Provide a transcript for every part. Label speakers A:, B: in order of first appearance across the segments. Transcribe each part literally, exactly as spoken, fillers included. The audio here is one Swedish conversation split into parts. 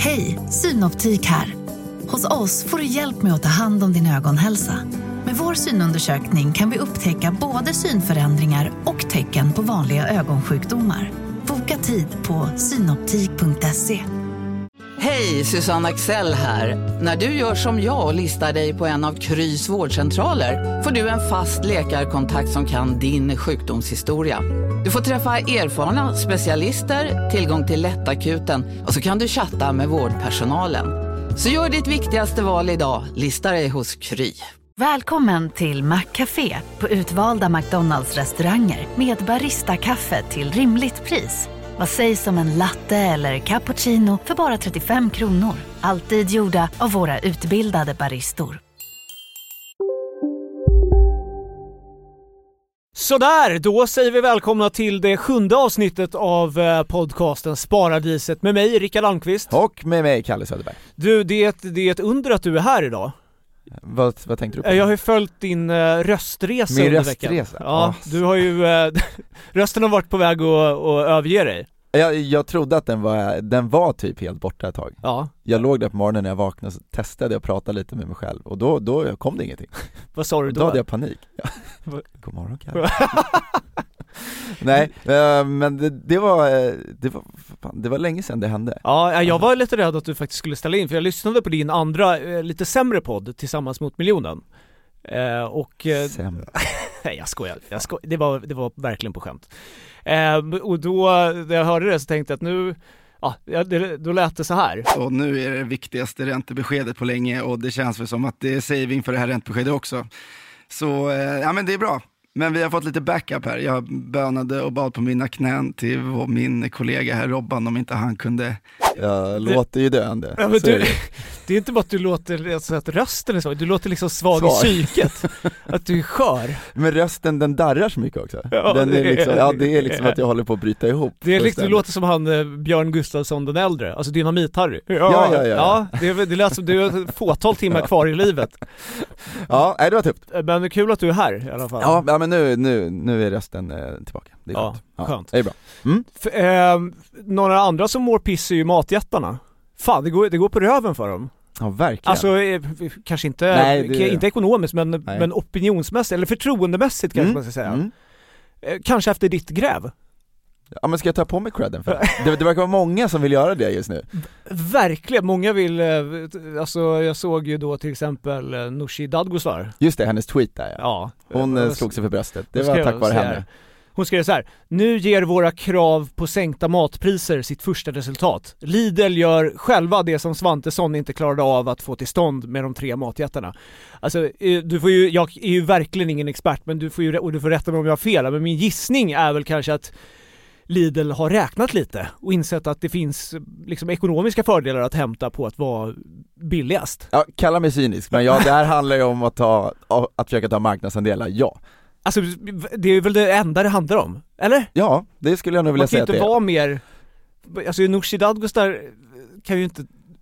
A: Hej, Synoptik här. Hos oss får du hjälp med att ta hand om din ögonhälsa. Med vår synundersökning kan vi upptäcka både synförändringar och tecken på vanliga ögonsjukdomar. Boka tid på synoptik punkt se.
B: Hej, Susanne Axel här. När du gör som jag och listar dig på en av Krys vårdcentraler får du en fast läkarkontakt som kan din sjukdomshistoria. Du får träffa erfarna specialister, tillgång till lättakuten och så kan du chatta med vårdpersonalen. Så gör ditt viktigaste val idag, listar dig hos Kry.
A: Välkommen till Maccafé på utvalda McDonalds-restauranger med Barista-kaffe till rimligt pris. Vad sägs om en latte eller cappuccino för bara trettiofem kronor? Alltid gjorda av våra utbildade baristor.
C: Sådär, då säger vi välkomna till det sjunde avsnittet av podcasten Sparadiset med mig, Rickard Almqvist.
D: Och med mig, Kalle Söderberg.
C: Du, det är, ett, det är ett under att du är här idag.
D: Vad, vad tänkte du på?
C: Jag har ju följt din uh, röstresa
D: Min
C: under
D: röstresa?
C: veckan. Ja, oh. Du har ju, uh, rösten har varit på väg att, att överge dig.
D: Jag, jag trodde att den var, den var typ helt borta ett tag.
C: Ja.
D: Jag låg där på morgonen när jag vaknade och testade och pratade lite med mig själv. Och då, då kom det ingenting.
C: Vad sa du då?
D: Då hade jag panik. Ja. God morgon, Kalle. Nej, men det, det var det var fan, det var länge sedan det hände.
C: Ja, jag var lite rädd att du faktiskt skulle ställa in, för jag lyssnade på din andra lite sämre podd Tillsammans mot miljonen. Eh, och
D: sämre.
C: Nej, jag skojar. Jag skojar. Det var det var verkligen på skämt. Eh, och då när jag hörde det så tänkte jag att nu ja, det, då lät det så här.
E: Och nu är det viktigaste räntebeskedet på länge, och det känns väl som att det säger vi inför det här räntebeskedet också. Så eh, ja, men det är bra. Men vi har fått lite backup här. Jag bönade och bad på mina knän till min kollega här Robban om inte han kunde.
D: Jag det, låter ju döende.
C: Ja, men du, det är inte bara att du låter alltså, att rösten är så. Du låter liksom svag, svag. i psyket. Att du är skör.
D: Men rösten, den darrar så mycket också. Ja, den är, är liksom, ja det är liksom att jag håller på att bryta ihop.
C: Det är liksom, du låter som han eh, Björn Gustafsson den äldre. Alltså Dynamit-Harry. Ja,
D: ja, ja, ja.
C: ja det, det lät som du har ett fåtal timmar kvar i livet.
D: Ja, nej, det var tufft.
C: Men det är kul att du är här i alla fall.
D: Ja, ja men nu, nu, nu är rösten eh, tillbaka. Det är
C: ja,
D: skönt. Ja,
C: skönt.
D: Det är bra. Mm.
C: För, eh, några andra som mår piss är ju matjättarna. Fan, det går, det går på röven för dem.
D: Ja, verkligen.
C: Alltså, eh, kanske inte,
D: Nej, det...
C: inte ekonomiskt, men, men opinionsmässigt, eller förtroendemässigt kanske mm. man ska säga. Mm. Eh, kanske efter ditt gräv.
D: Ja, men ska jag ta på mig credden för det? Det, det verkar vara många som vill göra det just nu.
C: Verkligen, många vill, alltså jag såg ju då till exempel Nooshi Dadgostar.
D: Just det, hennes tweet där.
C: Ja.
D: ja. Hon
C: jag,
D: slog sig för bröstet, det var tack vare henne.
C: Hon skrev så här: nu ger våra krav på sänkta matpriser sitt första resultat. Lidl gör själva det som Svantesson inte klarade av att få till stånd med de tre matjättarna. Alltså, du får ju, jag är ju verkligen ingen expert, men du får ju, och du får rätta mig om jag har fel, men min gissning är väl kanske att Lidl har räknat lite och insett att det finns liksom ekonomiska fördelar att hämta på att vara billigast.
D: Ja, kalla mig cynisk, men ja, det här handlar ju om att, ta, att försöka ta marknadsandelar, ja.
C: Alltså, det är väl det enda det handlar om, eller?
D: Ja, det skulle jag nog vilja säga att det är.
C: Man kan inte vara mer... Alltså, Nooshi Dadgostar kan ju inte...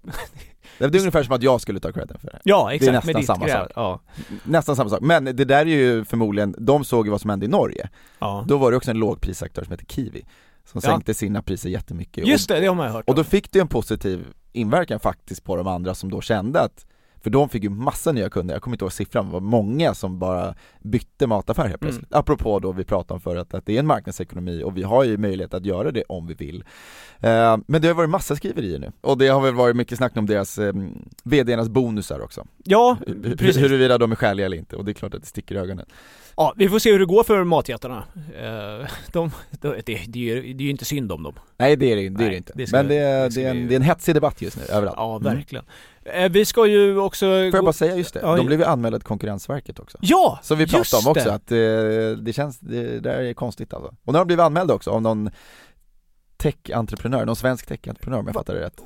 D: Det är ungefär som att jag skulle ta credden för det.
C: Ja, exakt.
D: Det är nästan samma
C: gräv.
D: sak.
C: Ja.
D: Nästan samma sak. Men det där är ju förmodligen, de såg ju vad som hände i Norge.
C: Ja.
D: Då var det också en lågprisaktör som heter Kiwi som ja. sänkte sina priser jättemycket.
C: Just det, det har man hört.
D: Och då fick det en positiv inverkan faktiskt på de andra som då kände att, för de fick ju massa nya kunder. Jag kommer inte ihåg siffran, det var många som bara bytte mataffär helt plötsligt. Mm. Apropå då vi pratade om förut att det är en marknadsekonomi och vi har ju möjlighet att göra det om vi vill. Uh, men det har varit massa skriverier nu. Och det har väl varit mycket snack om deras um, vdarnas bonusar också.
C: Ja,
D: H- precis. Huruvida de är skäliga eller inte. Och det är klart att det sticker i ögonen.
C: Ja, vi får se hur det går för matjättarna. Uh, de, de, det, det, är ju, det är ju inte synd om dem.
D: Nej, det är det, det, är det inte. Det ska, men det är, det, är en, det är en hetsig debatt just nu, överallt.
C: Ja, verkligen. Mm. Vi ska ju också...
D: Får jag bara säga just det,
C: ja,
D: de blev ju anmälda till Konkurrensverket också.
C: Ja,
D: så vi pratade om också
C: det.
D: att det, det känns, det där är konstigt alltså. Och nu har de blivit anmälda också av någon tech-entreprenör, någon svensk tech-entreprenör om jag fattar det rätt.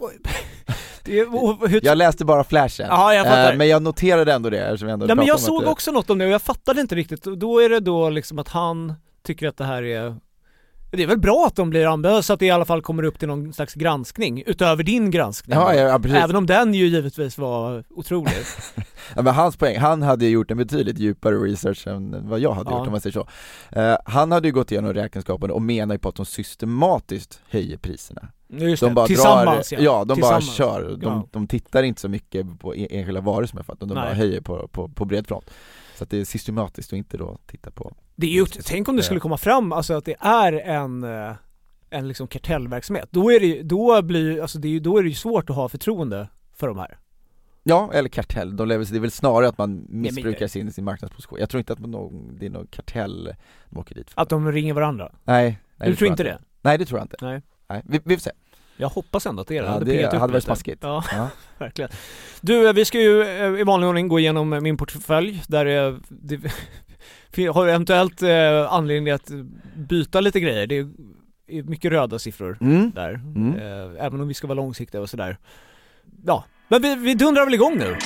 C: Det är, hur...
D: Jag läste bara flashen,
C: ja, jag fattar.
D: Uh, men jag noterade ändå det. Som jag ändå
C: Nej, men jag
D: om
C: såg
D: det...
C: också något om det och jag fattade inte riktigt. Då är det då liksom att han tycker att det här är Det är väl bra att de blir anböjda så att det i alla fall kommer upp till någon slags granskning utöver din granskning.
D: Ja, ja, ja, precis.
C: Även om den ju givetvis var otrolig.
D: Ja, men hans poäng, han hade ju gjort en betydligt djupare research än vad jag hade
C: ja.
D: gjort om man säger så. Uh, han hade ju gått igenom räkenskapen och menar ju på att de systematiskt höjer priserna.
C: Just
D: de
C: det.
D: bara
C: Tillsammans,
D: drar,
C: ja.
D: ja, de
C: Tillsammans.
D: bara kör. De,
C: Ja.
D: de tittar inte så mycket på enskilda varor som jag fattar, de
C: Nej.
D: bara höjer på, på, på bred front. Så att det är systematiskt och inte då titta på.
C: Det är ju, tänk om det skulle komma fram alltså att det är en en liksom kartellverksamhet. Då är det då blir alltså det är ju då är det ju svårt att ha förtroende för de här.
D: Ja, eller kartell. De lever, det är väl snarare att man missbrukar
C: Nej, men,
D: sin, sin marknadsposition. Jag tror inte att någon, det är någon kartell de åker dit för.
C: Att de ringer varandra.
D: Nej, nej
C: du tror inte det?
D: det? Nej, det tror jag inte.
C: Nej.
D: Nej, vi, vi får se.
C: Jag hoppas ändå att det är det.
D: Ja,
C: hade
D: det
C: piggat upp
D: hade varit
C: lite.
D: smaskigt.
C: Ja,
D: Ja.
C: verkligen. Du, vi ska ju i vanlig ordning gå igenom min portfölj där det, det har eventuellt eh, anledning att byta lite grejer. Det är mycket röda siffror
D: Mm.
C: där.
D: Mm.
C: Eh, även om vi ska vara långsiktiga och sådär. Ja, men vi, vi dundrar väl igång nu.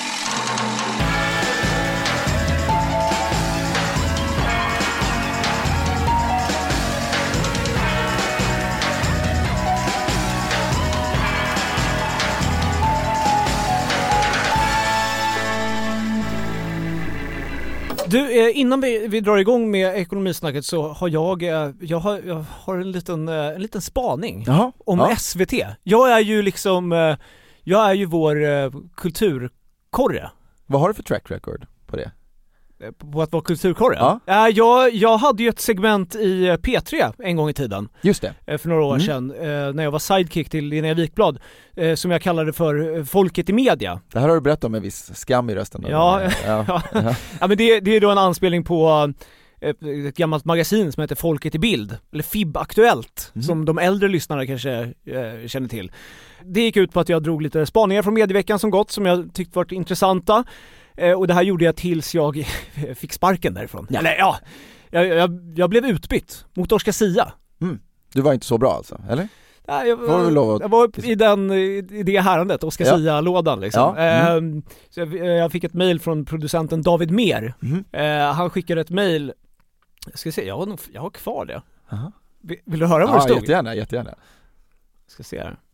C: Du, eh, innan vi, vi drar igång med ekonomisnacket så har jag, eh, jag, har, jag har en liten, eh, en liten spaning
D: Jaha.
C: om
D: Ja.
C: S V T. Jag är ju liksom, eh, jag är ju vår eh, kulturkorre.
D: Vad har du för track record på det?
C: Eh, På att vara kulturkorre?
D: Ja.
C: Eh, jag, jag hade ju ett segment i eh, P tre en gång i tiden.
D: Just det.
C: eh, För några år
D: Mm.
C: sedan, eh, när jag var sidekick till Linnea Wikblad, eh, som jag kallade för eh, Folket i media.
D: Det här har du berättat om en viss skam i rösten.
C: Ja,
D: ja.
C: ja.
D: ja.
C: Ja, men det, det är då en anspelning på ett, ett gammalt magasin som heter Folket i bild, eller F I B Aktuellt,
D: Mm.
C: som de äldre lyssnarna kanske eh, känner till. Det gick ut på att jag drog lite spaningar från medieveckan som gått, som jag tyckte varit intressanta. Eh, och det här gjorde jag tills jag fick sparken därifrån.
D: Ja.
C: Eller ja, jag, jag, jag blev utbytt mot Oscar Sia.
D: Mm. Du var inte så bra alltså, eller?
C: Ja, jag,
D: Får du lov att-
C: jag var i, den, i det härandet, Oscar
D: Ja.
C: Sia-lådan liksom.
D: Ja. Mm.
C: Ehm, så jag, jag fick ett mejl från producenten David Mer.
D: Mm.
C: Eh, han skickade ett mejl. Jag ska se, jag har, nog, jag har kvar det.
D: Aha.
C: Vill, vill du höra vad
D: Ja,
C: det stod?
D: jättegärna, jättegärna.
C: Ska se här.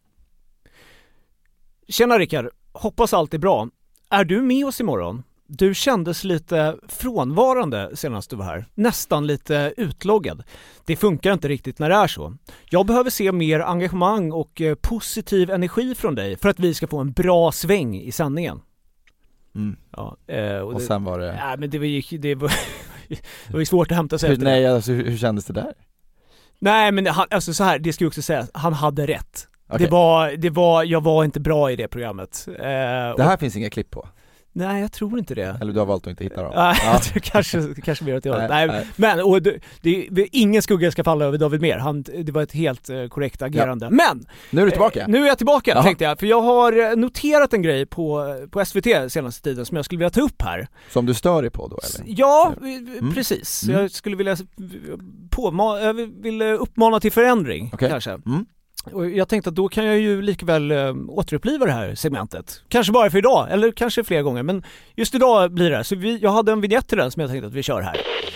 C: Tjena Rickard, hoppas allt är bra. Är du med oss imorgon? Du kändes lite frånvarande senast du var här. Nästan lite utloggad. Det funkar inte riktigt när det är så. Jag behöver se mer engagemang och eh, positiv energi från dig för att vi ska få en bra sväng i sändningen.
D: Mm.
C: Ja, eh, och
D: Och
C: det,
D: sen var det...
C: nej, men det var ju det var, det var ju svårt att hämta sig
D: Hur,
C: efter.
D: nej, alltså, hur, hur kändes det där?
C: Nej, men han, alltså så här, det ska ju också sägas, han hade rätt.
D: Okej.
C: Det var, det var, jag var inte bra i det programmet. Eh,
D: Det
C: och,
D: här finns inga klipp på?
C: nej, jag tror inte det.
D: Eller du har valt att inte hitta dem?
C: Nej,
D: Ja.
C: jag tror kanske, kanske mer åt det hållet.
D: Nej,
C: Nej,
D: nej.
C: men och det, det, det, ingen skugga ska falla över David Mer. Han, det var ett helt eh, korrekt agerande. Men!
D: Nu är du tillbaka?
C: Eh, nu är jag tillbaka,
D: Jaha.
C: tänkte jag. För jag har eh, noterat en grej på, på S V T senaste tiden som jag skulle vilja ta upp här.
D: Som du stör dig på då eller?
C: Ja,
D: Mm.
C: precis.
D: Mm.
C: Jag skulle vilja påma- jag vill uppmana till förändring,
D: Okej.
C: kanske.
D: Mm.
C: Och jag tänkte att då kan jag ju likväl äh, återuppliva det här segmentet. Kanske bara för idag, eller kanske fler gånger. Men just idag blir det. Så vi, jag hade en vignett till den som jag tänkte att vi kör här.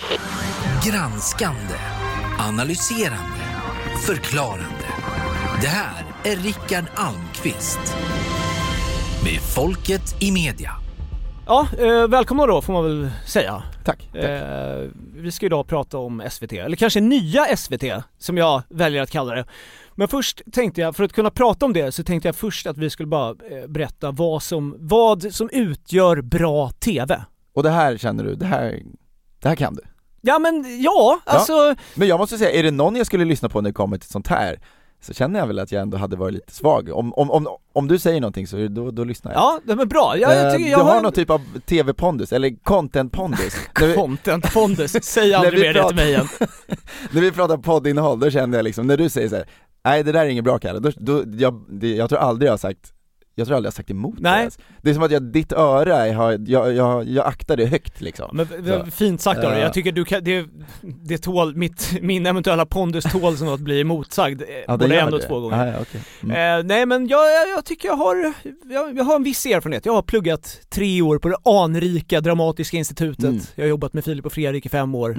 F: Granskande, analyserande, förklarande. Det här är Rickard Almqvist med Folket i media.
C: Ja, eh, välkomna då får man väl säga.
D: Tack, tack.
C: Eh, vi ska idag prata om S V T, eller kanske nya S V T som jag väljer att kalla det. Men först tänkte jag, för att kunna prata om det så tänkte jag först att vi skulle bara eh, berätta vad som, vad som utgör bra T V.
D: Och det här känner du, det här, det här kan du?
C: Ja men ja, alltså...
D: Men jag måste säga, är det någon jag skulle lyssna på när det kommer till sånt här, så känner jag väl att jag ändå hade varit lite svag. Om, om, om, om du säger någonting så då, då lyssnar jag.
C: Ja, det är bra. Jag, jag
D: Eh,
C: tycker
D: du
C: jag
D: har
C: en-
D: någon typ av T V-pondus, eller content-pondus. När vi-
C: Content pondus, säg
D: När
C: aldrig
D: vi
C: mer det till mig igen.
D: När vi pratar poddinnehåll, då känner jag liksom, när du säger så här: nej det där är inget bra Kalle, då, då, jag, det, jag tror aldrig jag har sagt Jag tror aldrig jag har sagt emot
C: Nej.
D: det ens. Det är som att jag, ditt öra, jag, har, jag, jag, jag aktar det högt liksom.
C: Men v- v-
D: Så.
C: fint sagt då.
D: Ja.
C: Jag tycker du kan, det, det tål, mitt, min eventuella pondus tål som att bli emotsagd eh,
D: Ja, det
C: både
D: gör
C: en och
D: det.
C: två gånger.
D: Ah, ja, okay. mm.
C: Eh, nej men jag, jag, jag tycker jag har, jag, jag har en viss erfarenhet. Jag har pluggat tre år på det anrika Dramatiska institutet.
D: Mm.
C: Jag har jobbat med Filip och Fredrik i fem år.
D: Mm.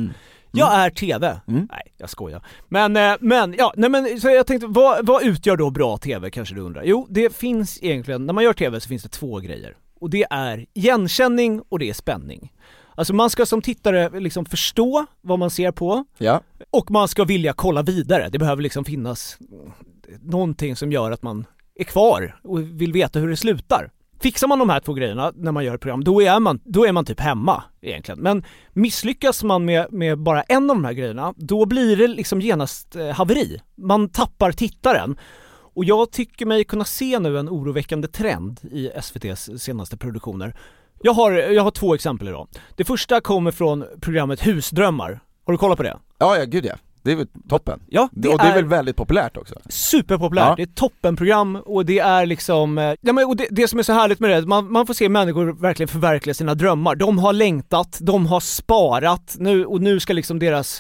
C: Jag är tv.
D: Mm.
C: Nej, jag skojar. Men, eh, men, ja, nej men så jag tänkte, vad, vad utgör då bra tv, kanske du undrar? Jo, det finns egentligen, när man gör tv så finns det två grejer. Och det är igenkänning och det är spänning. Alltså man ska som tittare liksom förstå vad man ser på.
D: Ja.
C: Och man ska vilja kolla vidare. Det behöver liksom finnas någonting som gör att man är kvar och vill veta hur det slutar. Fixar man de här två grejerna när man gör ett program, då är man, då är man typ hemma egentligen. Men misslyckas man med, med bara en av de här grejerna, då blir det liksom genast eh, haveri. Man tappar tittaren. Och jag tycker mig kunna se nu en oroväckande trend i S V T:s senaste produktioner. Jag har, jag har två exempel idag. Det första kommer från programmet Husdrömmar. Har du kollat på det?
D: Ja, ja, gud ja. Det är väl toppen.
C: Ja, det
D: och det är,
C: är
D: väl väldigt populärt också.
C: Superpopulärt.
D: Ja.
C: Det är ett toppenprogram och det är liksom ja, men, och det, det som är så härligt med det, man, man får se människor verkligen förverkliga sina drömmar. De har längtat, de har sparat nu och nu ska liksom deras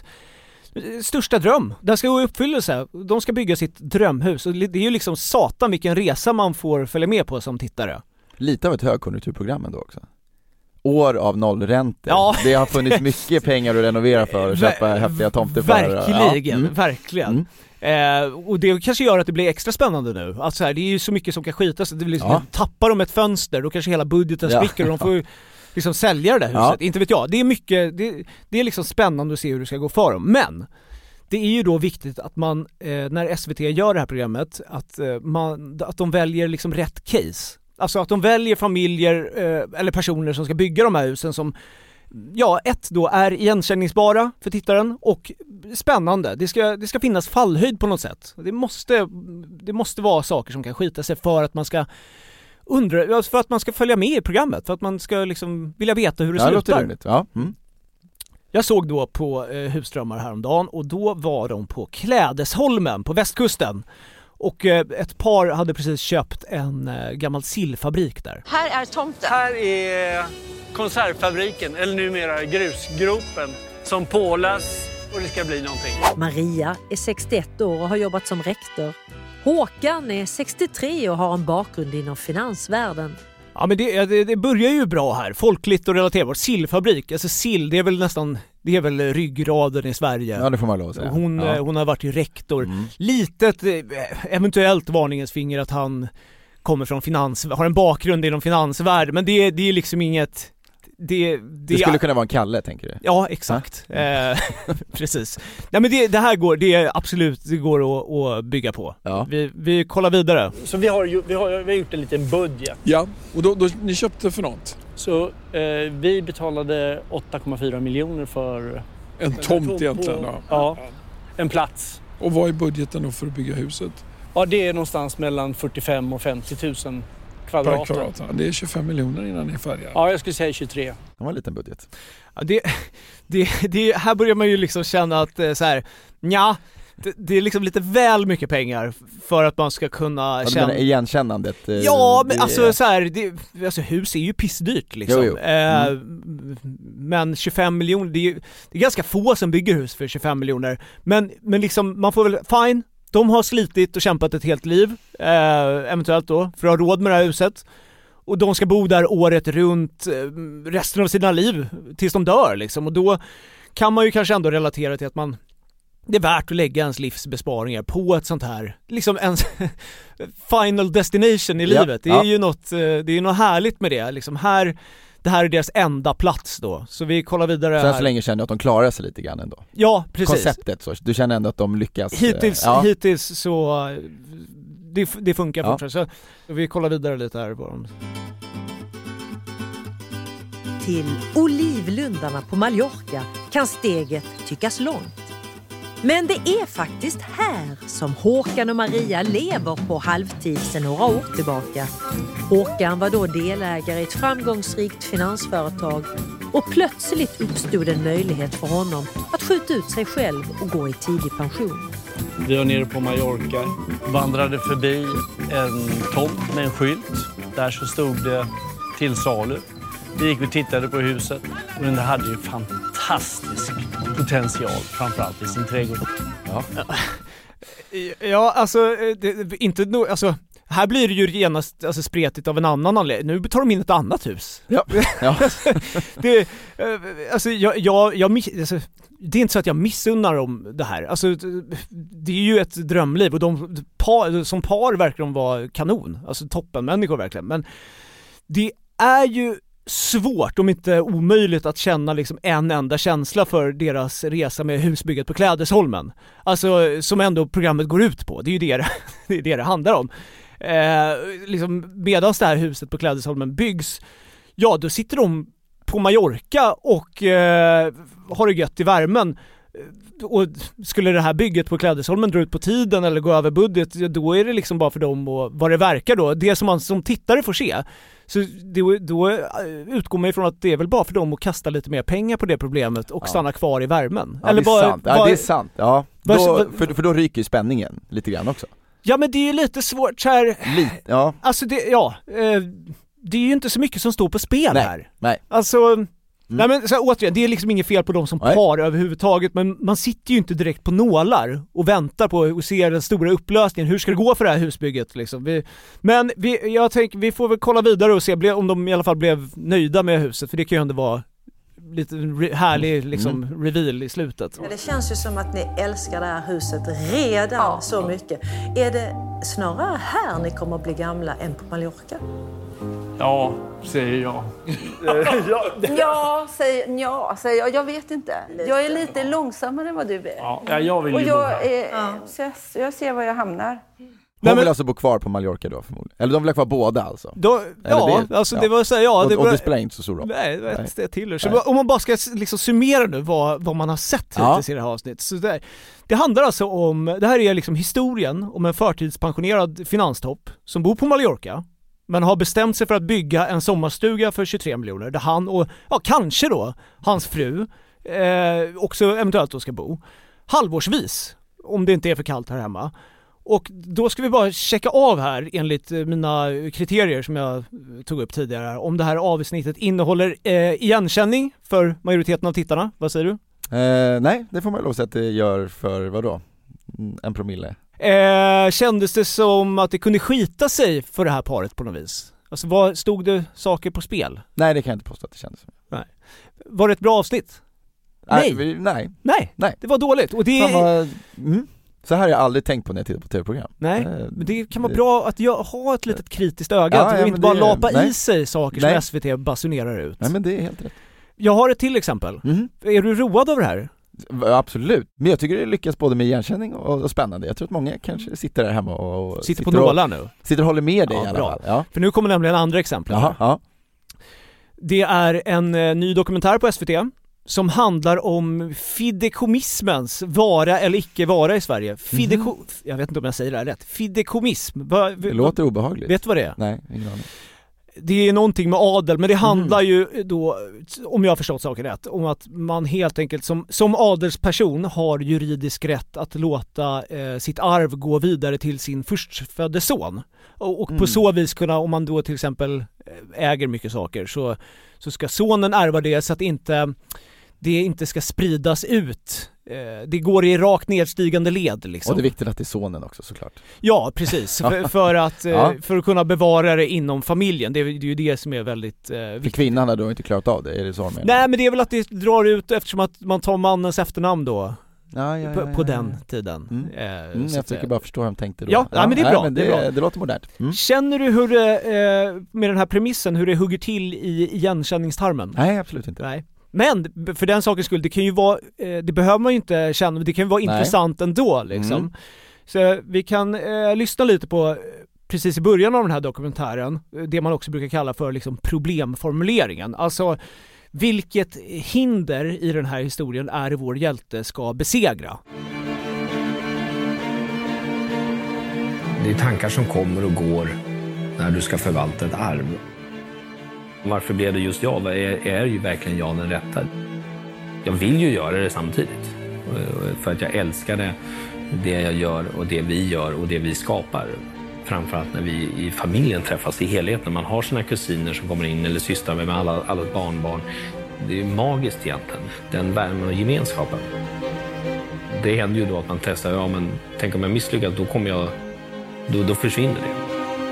C: största dröm, den ska gå i uppfyllelse. De ska bygga sitt drömhus och det är ju liksom satan vilken resa man får följa med på som tittare.
D: Lite av ett högkonjunkturprogram ändå också. År av nollräntor.
C: Ja.
D: Det har funnits mycket pengar att renovera för och köpa häftiga tomter för.
C: Verkligen,
D: ja. mm.
C: verkligen. Mm. Eh, och det kanske gör att det blir extra spännande nu. Alltså här, det är ju så mycket som kan skitas. Det blir liksom,
D: ja.
C: Tappar de ett fönster, då kanske hela budgeten
D: ja.
C: spricker och de får liksom sälja det där huset.
D: Ja.
C: Inte vet jag. Det är mycket, det, det är liksom spännande att se hur det ska gå för dem. Men det är ju då viktigt att man, eh, när S V T gör det här programmet, att, eh, man, att de väljer liksom rätt case. Alltså att de väljer familjer eh, eller personer som ska bygga de här husen som, ja, ett då är igenkänningsbara för tittaren och spännande. Det ska, det ska finnas fallhöjd på något sätt. Det måste, det måste vara saker som kan skita sig för att man ska undra, för att man ska följa med i programmet, för att man ska liksom vilja veta hur det
D: ja,
C: slutar.
D: Det ja. mm.
C: Jag såg då på eh, Husdrömmar häromdagen och då var de på Klädesholmen på västkusten. Och eh, ett par hade precis köpt en eh, gammal sillfabrik där.
G: Här är tomten.
H: Här är konservfabriken, eller numera grusgropen, som pålas och det ska bli någonting.
G: Maria är sextioett år och har jobbat som rektor. Håkan är sextiotre och har en bakgrund inom finansvärlden.
C: Ja, men det, det, det börjar ju bra här. Folkligt och relaterbart. Sillfabrik, alltså sill, det är väl nästan, det är väl ryggraden i Sverige.
D: Ja, det får man lov att säga.
C: Hon,
D: ja.
C: hon har varit ju rektor.
D: Mm.
C: Litet, eventuellt varningens finger att han kommer från finans, har en bakgrund inom finansvärld, men det, det är liksom inget... Det, det,
D: det skulle kunna vara en Kalle, tänker du?
C: Ja, exakt. Eh, precis. Nej, men det, det här går, det är absolut, det går att, att bygga på.
D: Ja.
C: Vi, vi kollar vidare.
H: Så vi har, ju, vi har, vi har gjort en liten budget.
I: Ja, och då, då ni köpte för något?
H: Så eh, vi betalade åtta komma fyra miljoner för...
I: En tomt egentligen då?
H: Ja, en plats.
I: Och vad är budgeten då för att bygga huset?
H: Ja, det är någonstans mellan fyrtiofem och femtio tusen kvadrat.
I: Per kvadrat. Det är tjugofem miljoner innan ni är färdiga.
H: Ja, jag skulle säga tjugotre.
D: Det var en liten budget.
C: Ja, det, det, det, här börjar man ju liksom känna att så här, nja, det, det är liksom lite väl mycket pengar för att man ska kunna
D: ja,
C: känna...
D: Men igenkännandet...
C: Ja, men
D: det...
C: alltså så här, det, alltså hus är ju pissdyrt liksom.
D: Jo, jo.
C: Mm. Eh, men tjugofem miljoner, det är ju det är ganska få som bygger hus för tjugofem miljoner. Men, men liksom, man får väl, fine, de har slitit och kämpat ett helt liv, eh, eventuellt då, för att ha råd med det här huset. Och de ska bo där året runt resten av sina liv tills de dör liksom. Och då kan man ju kanske ändå relatera till att man, det är värt att lägga ens livsbesparingar på ett sånt här, liksom en final destination i
D: ja,
C: livet. Det är
D: ja.
C: ju något, det är något härligt med det. Liksom här, det här är deras enda plats då. Så vi kollar vidare.
D: Sen
C: här.
D: så länge känner jag att de klarar sig lite grann ändå.
C: Ja, precis.
D: Konceptet så, du känner ändå att de lyckas.
C: Hittills,
D: ja.
C: hittills så det, det funkar
D: ja.
C: fortfarande. Så vi kollar vidare lite här på dem.
G: Till Olivlundarna på Mallorca kan steget tyckas långt. Men det är faktiskt här som Håkan och Maria lever på halvtid sedan några år tillbaka. Håkan var då delägare i ett framgångsrikt finansföretag och plötsligt uppstod en möjlighet för honom att skjuta ut sig själv och gå i tidig pension.
H: Vi var nere på Mallorca, vandrade förbi en tomt med en skylt. Där så stod det till salu. Vi gick och tittade på huset och den hade ju fantastisk potential, framförallt i sin trädgård.
D: Ja,
C: ja alltså, det, inte no, alltså här blir det ju genast alltså, spretigt av en annan anledning. Nu tar de in ett annat hus.
D: Ja. Ja.
C: det, alltså, jag, jag, jag, alltså, det är inte så att jag missunnar dem det här. Alltså, det är ju ett drömliv och de, par, som par verkar de vara kanon. Alltså toppen människor verkligen. Men det är ju svårt, om inte omöjligt, att känna liksom en enda känsla för deras resa med husbygget på Klädesholmen. Alltså som ändå programmet går ut på. Det är ju det det, är det, det handlar om. Eh, liksom, medan det här huset på Klädesholmen byggs, ja då sitter de på Mallorca och eh, har det gött i värmen. Och skulle det här bygget på Klädesholmen dra ut på tiden eller gå över budget, då är det liksom bara för dem och vad det verkar då. Det som man som tittare får se. Så då, då utgår man ifrån att det är väl bara för dem att kasta lite mer pengar på det problemet och ja. stanna kvar i värmen.
D: Ja,
C: eller
D: det är
C: bara,
D: sant. Ja,
C: bara,
D: det är sant. Ja.
C: Bara,
D: då, för, för då ryker ju spänningen lite grann också.
C: Ja, men det är ju lite svårt så här.
D: Lite, ja.
C: Alltså det, ja. Eh, det är ju inte så mycket som står på spel
D: nej,
C: här.
D: Nej.
C: Alltså... Mm. Nej men så här, återigen, det är liksom inget fel på dem som Nej. par överhuvudtaget, men man sitter ju inte direkt på nålar och väntar på och ser den stora upplösningen. Hur ska det gå för det här husbygget liksom? Vi, men vi, jag tänker, vi får väl kolla vidare och se om de i alla fall blev nöjda med huset, för det kan ju ändå vara lite re- härlig liksom, mm. reveal i slutet.
J: Ja, det känns ju som att ni älskar det här huset redan ja. så mycket. Är det snarare här ni kommer att bli gamla än på Mallorca?
H: Ja, säger jag.
K: ja, säger, ja, säger jag. Jag vet inte. Jag är lite långsammare än vad du är.
H: Ja, jag vill
K: och
H: ju
K: jag, är, ja. så jag, jag ser var jag hamnar.
D: De vill men, alltså bo kvar på Mallorca då förmodligen. Eller de vill ha kvar båda alltså.
C: Då, ja, det, alltså ja. det var så ja,
D: och,
C: det var,
D: och det spelar inte så stor roll.
C: Nej, det är det till. Så om man bara ska liksom summera nu vad, vad man har sett ja. hittills i det här avsnittet. Så där, det handlar alltså om, det här är liksom historien om en förtidspensionerad finanstopp som bor på Mallorca, men har bestämt sig för att bygga en sommarstuga för tjugotre miljoner där han och, ja kanske då, hans fru eh, också eventuellt då ska bo halvårsvis, om det inte är för kallt här hemma. Och då ska vi bara checka av här enligt mina kriterier som jag tog upp tidigare, om det här avsnittet innehåller eh, igenkänning för majoriteten av tittarna. Vad säger du?
D: Eh, nej, det får man lov att säga att det gör för vad då? En promille.
C: Eh, kändes det som att det kunde skita sig för det här paret på något vis? Alltså vad, stod det saker på spel?
D: Nej, det kan jag inte påstå att det kändes som.
C: Nej. Var det ett bra avsnitt?
D: Nej. Nej. Nej.
C: Nej. Nej. Det var dåligt. Och det...
D: Var... Mm. Så här har jag aldrig tänkt på när jag tittar på tv-program.
C: Nej, eh, men det kan vara bra att jag, ha ett litet kritiskt öga ja, och
D: ja,
C: inte bara
D: det,
C: lapa
D: nej.
C: i sig saker nej. som S V T basunerar ut.
D: Nej, men det är helt rätt.
C: Jag har ett till exempel. Mm. Är du road av det här?
D: Absolut, men jag tycker det lyckas både med igenkänning och, och spännande. Jag tror att många kanske sitter där hemma och, och
C: sitter, sitter på nålar nu.
D: Sitter och håller med dig
C: ja,
D: i alla
C: bra.
D: fall. Ja.
C: För nu kommer nämligen andra exempel.
D: Jaha, ja.
C: Det är en eh, ny dokumentär på S V T som handlar om fideikommismens vara eller icke vara i Sverige. Fideiko- mm. Jag vet inte om jag säger det här rätt. Fideikommism. Va,
D: det låter obehagligt.
C: Vet du vad det är?
D: Nej, ingen aning.
C: Det är någonting med adel, men det handlar mm. ju då, om jag har förstått saken rätt, om att man helt enkelt som, som adelsperson har juridisk rätt att låta eh, sitt arv gå vidare till sin förstfödde son. Och, och mm. på så vis kunna, om man då till exempel äger mycket saker, så, så ska sonen ärva det så att inte, det inte ska spridas ut. Det går i rakt nedstigande led liksom.
D: Och det är viktigt att det är sonen också såklart.
C: Ja, precis. för, för, att, ja. för att kunna bevara det inom familjen. Det är, det är ju det som är väldigt eh, viktigt.
D: För kvinnan har då inte klarat av det, är det så med?
C: Nej, men det är väl att det drar ut eftersom att man tar mannens efternamn då.
D: Ja, ja, ja,
C: på,
D: ja, ja.
C: på den tiden.
D: Mm.
C: Eh,
D: mm, jag försöker bara förstå hur de tänkte då.
C: Ja, ja, ja men det är bra.
D: Nej, men det,
C: det, är bra.
D: det låter modernt. Mm.
C: Känner du hur det, eh, med den här premissen, hur det hugger till i igenkänningstarmen?
D: Nej, absolut inte.
C: Nej. Men för den sakens skull, det kan ju vara, det behöver man ju inte känna, det kan ju vara Nej. intressant ändå liksom. Mm. Så vi kan eh, lyssna lite på, precis i början av den här dokumentären, det man också brukar kalla för liksom problemformuleringen. Alltså, vilket hinder i den här historien är det vår hjälte ska besegra?
L: Det är tankar som kommer och går när du ska förvalta ett arv. Varför blev det just jag? Är, är ju verkligen jag den rätta? Jag vill ju göra det samtidigt. För att jag älskar det, det jag gör och det vi gör och det vi skapar. Framförallt när vi i familjen träffas i helheten. Man har sina kusiner som kommer in eller systrar med alla, alla barnbarn. Det är magiskt egentligen. Den värmen och gemenskapen. Det händer ju då att man testar, ja men tänk om jag misslyckas, då kommer jag, då, då försvinner det.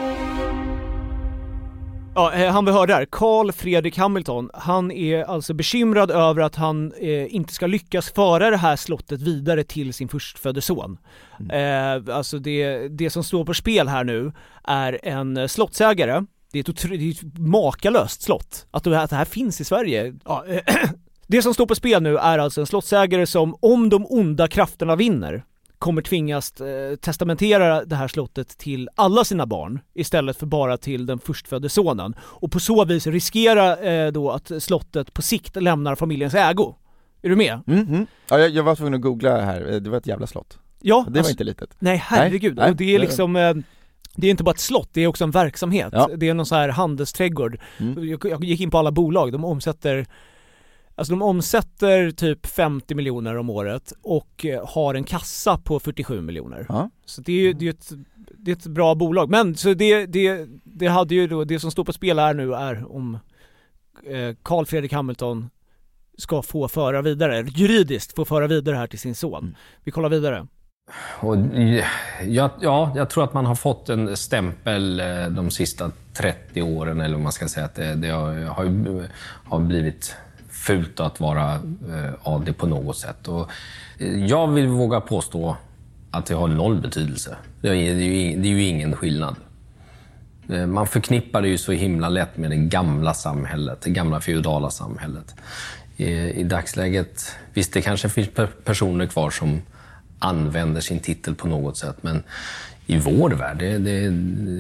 C: Ja, han vi hörde där, Carl Fredrik Hamilton, han är alltså bekymrad över att han eh, inte ska lyckas föra det här slottet vidare till sin förstfödde son. Mm. Eh, alltså det, det som står på spel här nu är en slottsägare. Det är ett, otro- det är ett makalöst slott. Att det, här, att det här finns i Sverige. Ja, eh, det som står på spel nu är alltså en slottsägare som, om de onda krafterna vinner, kommer tvingas eh, testamentera det här slottet till alla sina barn istället för bara till den förstfödde sonen. Och på så vis riskera eh, då att slottet på sikt lämnar familjens ägo. Är du med?
D: Mm-hmm. Ja, jag, jag var tvungen att googla här. Det var ett jävla slott.
C: Ja,
D: det
C: alltså,
D: var inte litet.
C: Nej, herregud.
D: Nej,
C: och det är liksom... Eh, det är inte bara ett slott, det är också en verksamhet.
D: Ja.
C: Det är någon så här handelsträdgård. Mm. Jag, jag gick in på alla bolag, de omsätter... Alltså de omsätter typ femtio miljoner om året och har en kassa på fyrtiosju miljoner. Ja. Så det är ju det är ett, det är ett bra bolag. Men så det, det, det hade ju då, det som står på spel här nu är om eh, Carl Fredrik Hamilton ska få föra vidare, juridiskt få föra vidare här till sin son. Mm. Vi kollar vidare.
L: Och ja, ja, jag tror att man har fått en stämpel de sista trettio åren, eller vad man ska säga, att det, det har, har, har blivit fult att vara eh, adlig på något sätt. Och, eh, jag vill våga påstå att det har noll betydelse. Det är, det är, ju, det är ju ingen skillnad. Eh, man förknippar det ju så himla lätt med det gamla samhället, det gamla feudala samhället. Eh, I dagsläget, visst det kanske finns per- personer kvar som använder sin titel på något sätt, men i vår värld, det, det,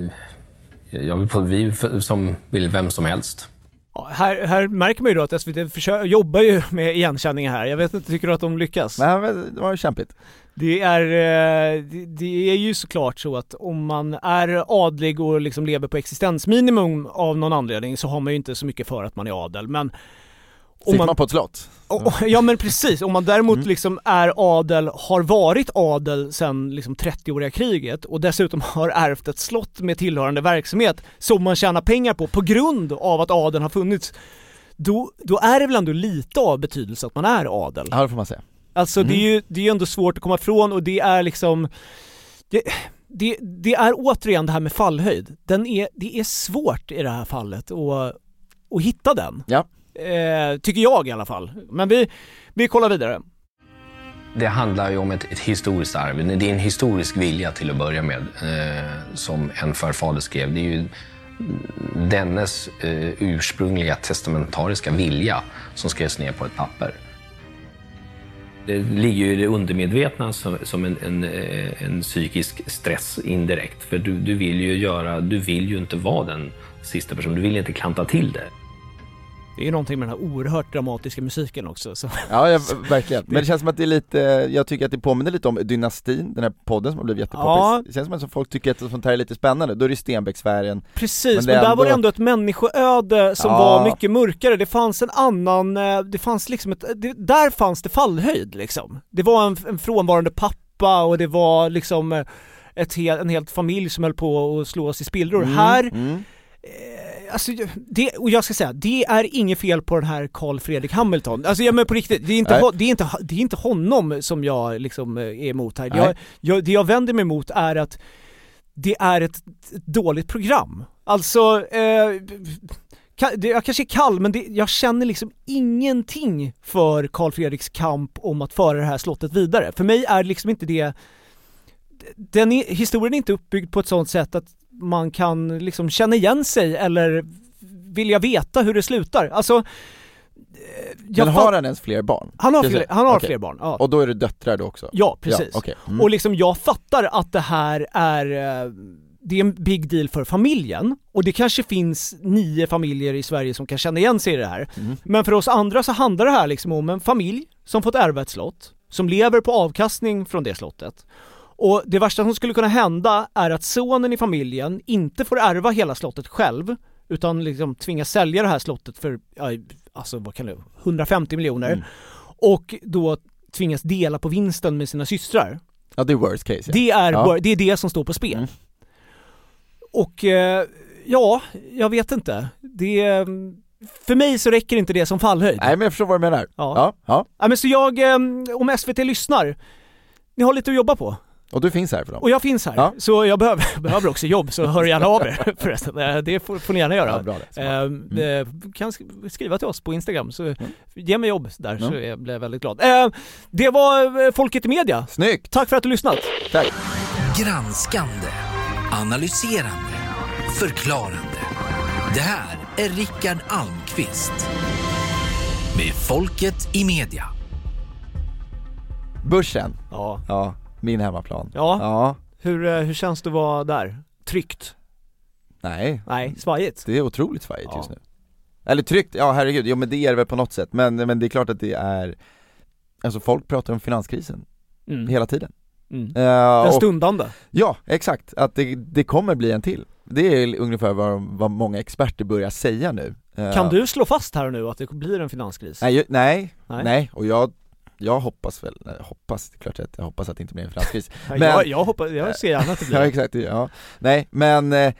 L: jag vill på vi som vill vem som helst.
C: Ja, här, här märker man ju då att S V T försöker, jobbar ju med igenkänningar här. Jag vet inte, tycker du att de lyckas?
D: Nej, men det var ju kämpigt.
C: Det är, det, det är ju såklart så att om man är adlig och liksom lever på existensminimum av någon anledning så har man ju inte så mycket för att man är adel. Men
D: Sitter man, man på ett slott?
C: Och, ja men precis, om man däremot mm. liksom är adel, har varit adel sedan liksom trettioåriga kriget och dessutom har ärvt ett slott med tillhörande verksamhet som man tjänar pengar på på grund av att adeln har funnits, då, då är det väl ändå lite av betydelse att man är adel.
D: Ja, det får man säga.
C: Alltså mm. det är ju det är ju ändå svårt att komma ifrån, och det är liksom det, det, det är återigen det här med fallhöjd. Den är, det är svårt i det här fallet att, att hitta den.
D: Ja.
C: Eh, tycker jag i alla fall. Men vi, vi kollar vidare.
L: Det handlar ju om ett, ett historiskt arv. Det är en historisk vilja till att börja med, eh, som en förfader skrev. Det är ju dennes eh, ursprungliga testamentariska vilja som skrevs ner på ett papper. Det ligger ju i det undermedvetna som, som en, en, en psykisk stress indirekt. För du, du vill ju göra, du vill ju inte vara den sista personen. Du vill inte klanta till det.
C: Det är någonting med den här oerhört dramatiska musiken också. Så.
D: Ja, ja, verkligen. Men det känns som att det är lite, jag tycker att det påminner lite om Dynastin, den här podden som har blivit jättepoppis. Ja. Det känns som att folk tycker att sånt här är lite spännande. Då är det Stenbecksfären.
C: Precis, men, men där ändå... var det ändå ett människoöde som ja. var mycket mörkare. Det fanns en annan, det fanns liksom ett, det, där fanns det fallhöjd liksom. Det var en, en frånvarande pappa och det var liksom ett hel, en helt familj som höll på att slå oss i spillror. Mm. Här... Mm. Alltså, det, och jag ska säga, det är inget fel på den här Carl Fredrik Hamilton. Alltså jag men på riktigt, det är inte, det är inte, det är inte honom som jag liksom är emot här. Jag, jag, det jag vänder mig emot är att det är ett, ett dåligt program. Alltså, eh, det, jag kanske är kall, men det, jag känner liksom ingenting för Carl Fredriks kamp om att föra det här slottet vidare. För mig är liksom inte det... Den är, historien är inte uppbyggd på ett sånt sätt att man kan liksom känna igen sig eller vilja veta hur det slutar. Alltså,
D: men har fatt... han ens fler barn?
C: Han har, fler, han har
D: okay.
C: fler barn, ja.
D: Och då är det döttrar då också?
C: Ja, precis.
D: Ja, okay. mm.
C: Och liksom jag fattar att det här är det är en big deal för familjen. Och det kanske finns nio familjer i Sverige som kan känna igen sig i det här. Mm. Men för oss andra så handlar det här liksom om en familj som fått ärva ett slott, som lever på avkastning från det slottet. Och det värsta som skulle kunna hända är att sonen i familjen inte får ärva hela slottet själv, utan liksom tvingas sälja det här slottet för ja, alltså vad kan det hundrafemtio miljoner mm. och då tvingas dela på vinsten med sina systrar.
D: Ja, det är worst case. Ja.
C: Det är
D: ja.
C: det är det som står på spel. Mm. Och eh, ja, jag vet inte. Det för mig så räcker inte det som fallhöjd.
D: Nej, men jag förstår vad du menar.
C: Ja.
D: Ja, ja.
C: ja men så jag om S V T lyssnar, ni har lite att jobba på.
D: Och du finns här för dem.
C: Och jag finns här, ja. Så jag behöver, behöver också jobb, så hör gärna av er förresten. Det får, får ni gärna göra.
D: Ja, bra det.
C: Mm. Eh, kan skriva till oss på Instagram, så mm. ge mig jobb där, mm. så jag blir väldigt glad. Eh, det var Folket i Media.
D: Snyggt!
C: Tack för att du lyssnat.
D: Tack.
F: Granskande, analyserande, förklarande. Det här är Rickard Almqvist med Folket i Media.
D: Börsen.
C: Ja.
D: Ja, min hemmaplan.
C: Ja.
D: Ja.
C: Hur, hur känns det att vara där? Tryckt?
D: Nej.
C: Nej, svajigt.
D: Det är otroligt svajigt
C: ja.
D: just nu. Eller tryckt, ja herregud, jo men det är det väl på något sätt. Men, men det är klart att det är, alltså folk pratar om finanskrisen mm. hela tiden.
C: Mm. Uh, Den stundande.
D: Och, ja, exakt. Att det, det kommer bli en till. Det är ungefär vad, vad många experter börjar säga nu.
C: Kan uh, du slå fast här nu att det blir en finanskris?
D: Nej, nej, nej, nej. Och jag Jag hoppas väl, nej, hoppas, det är klart att jag hoppas att det inte blir en finanskris.
C: Men, jag, jag hoppas, jag ser gärna att det blir.
D: Ja, exakt, ja. Nej, men eh,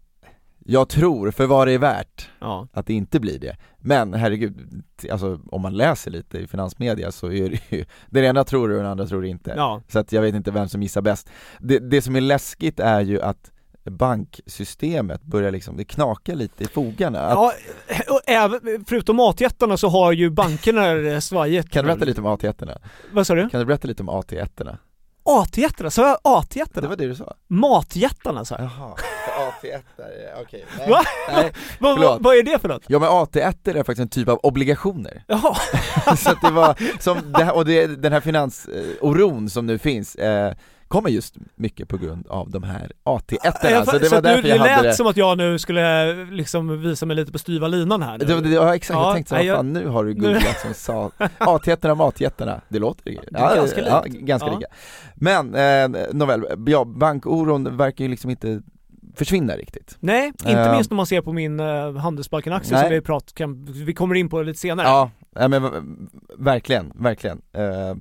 D: jag tror, för vad det är värt,
C: ja.
D: att det inte blir det. Men herregud, alltså om man läser lite i finansmedia så är det ju, den ena tror det och den andra tror det inte.
C: Ja. Så
D: att jag vet inte vem som gissar bäst. Det, det som är läskigt är ju att banksystemet börjar liksom, det knakar lite i fogarna. Att...
C: Ja, och även, förutom matjättarna så har ju bankerna svajigt.
D: Kan du berätta lite om A T ett-erna?
C: Vad sa du?
D: Kan du berätta lite om A T ett-erna?
C: A T ett-erna? Så jag A T ett-erna?
D: Det var det du sa.
C: Matjättarna sa jag.
D: Jaha, A T ett-er, okej. Okay.
C: Va? Nej, vad, vad, vad är det för något?
D: Ja men A T ett-er är faktiskt en typ av obligationer.
C: Jaha.
D: Så att det var, som det här, och det, den här finansoron som nu finns, eh, kommer just mycket på grund av de här A T ett-erna.
C: Ja,
D: så det
C: så
D: var därför
C: du,
D: jag
C: det lät
D: hade det.
C: Som att jag nu skulle liksom visa mig lite på styva linan här nu.
D: Det, det, ja exakt,
C: ja,
D: jag tänkte så,
C: nej,
D: fan nu har du googlat som sa A T ett-erna, matjättarna, det låter ju ja,
C: ganska
D: ja,
C: likt.
D: ganska
C: Ja.
D: lika. Men, eh, nåväl, ja, bankoron verkar ju liksom inte försvinna riktigt.
C: Nej, inte
D: uh,
C: minst om man ser på min uh, Handelsbanken-aktie som vi, prat, kan, vi kommer in på lite senare.
D: Ja, ja men verkligen, verkligen. Uh,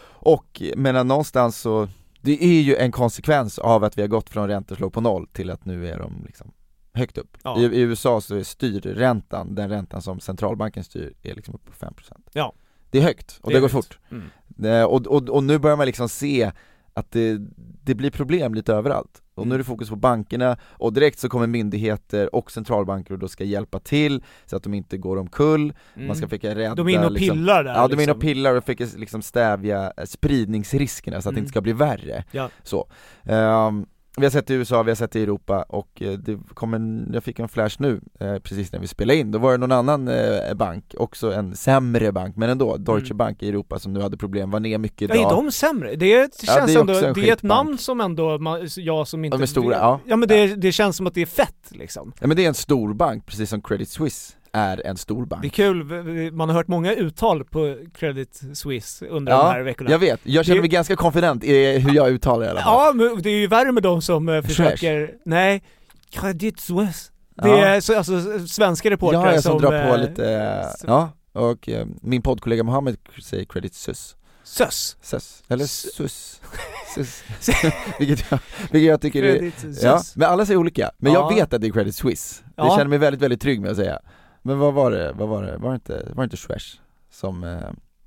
D: och men någonstans så det är ju en konsekvens av att vi har gått från räntor slå på noll till att nu är de liksom högt upp.
C: Ja.
D: I, I U S A så är styrräntan, den räntan som centralbanken styr, är liksom upp på fem procent.
C: Ja.
D: Det är högt och det, det går fort.
C: Mm.
D: Det, och, och, och nu börjar man liksom se att det, det blir problem lite överallt. Och
C: mm.
D: nu är det fokus på bankerna och direkt så kommer myndigheter och centralbanker och då ska hjälpa till så att de inte går omkull.
C: Mm.
D: Man ska försöka rädda.
C: De är inne och
D: liksom,
C: pillar där.
D: Ja, de är inne
C: liksom.
D: och pillar och försöker liksom stävja spridningsriskerna så att
C: mm.
D: det inte ska bli värre.
C: Ja.
D: Så. Um, vi har sett det i U S A, vi har sett det i Europa och eh, det kom en, jag fick en flash nu eh, precis när vi spelade in. Då var det någon annan eh, bank, också en sämre bank, men ändå Deutsche mm. Bank i Europa som nu hade problem, var ner mycket idag.
C: Ja, är de sämre? Det, är, det känns
D: ja, det är,
C: ändå, det är ett namn
D: bank.
C: som ändå, man, jag som inte...
D: De är stora, ja.
C: Ja, men det, det känns som att det är fett liksom.
D: Ja, men det är en stor bank, precis som Credit Suisse är en stor bank.
C: Det är kul, man har hört många uttal på Credit Suisse under
D: ja,
C: de här veckorna.
D: Jag vet, jag känner mig det... ganska confident i hur jag uttalar det i alla fall.
C: Ja, men det är ju värre med de som uh, försöker... Nej, Credit Suisse. Det ja. är så, alltså svenska reportrar
D: ja, jag som,
C: som...
D: drar på
C: uh,
D: lite... Uh, ja, och uh, min poddkollega Mohammed säger Credit Suisse.
C: Suss.
D: Suss. Eller Suss. Suss. vilket, jag, vilket jag tycker är... Ja, men alla säger olika. Men ja. jag vet att det är Credit Suisse. Det ja. känner mig väldigt, väldigt trygg med att säga. Men vad var det? Vad var det? Var det inte, var det inte Schwers som... Eh,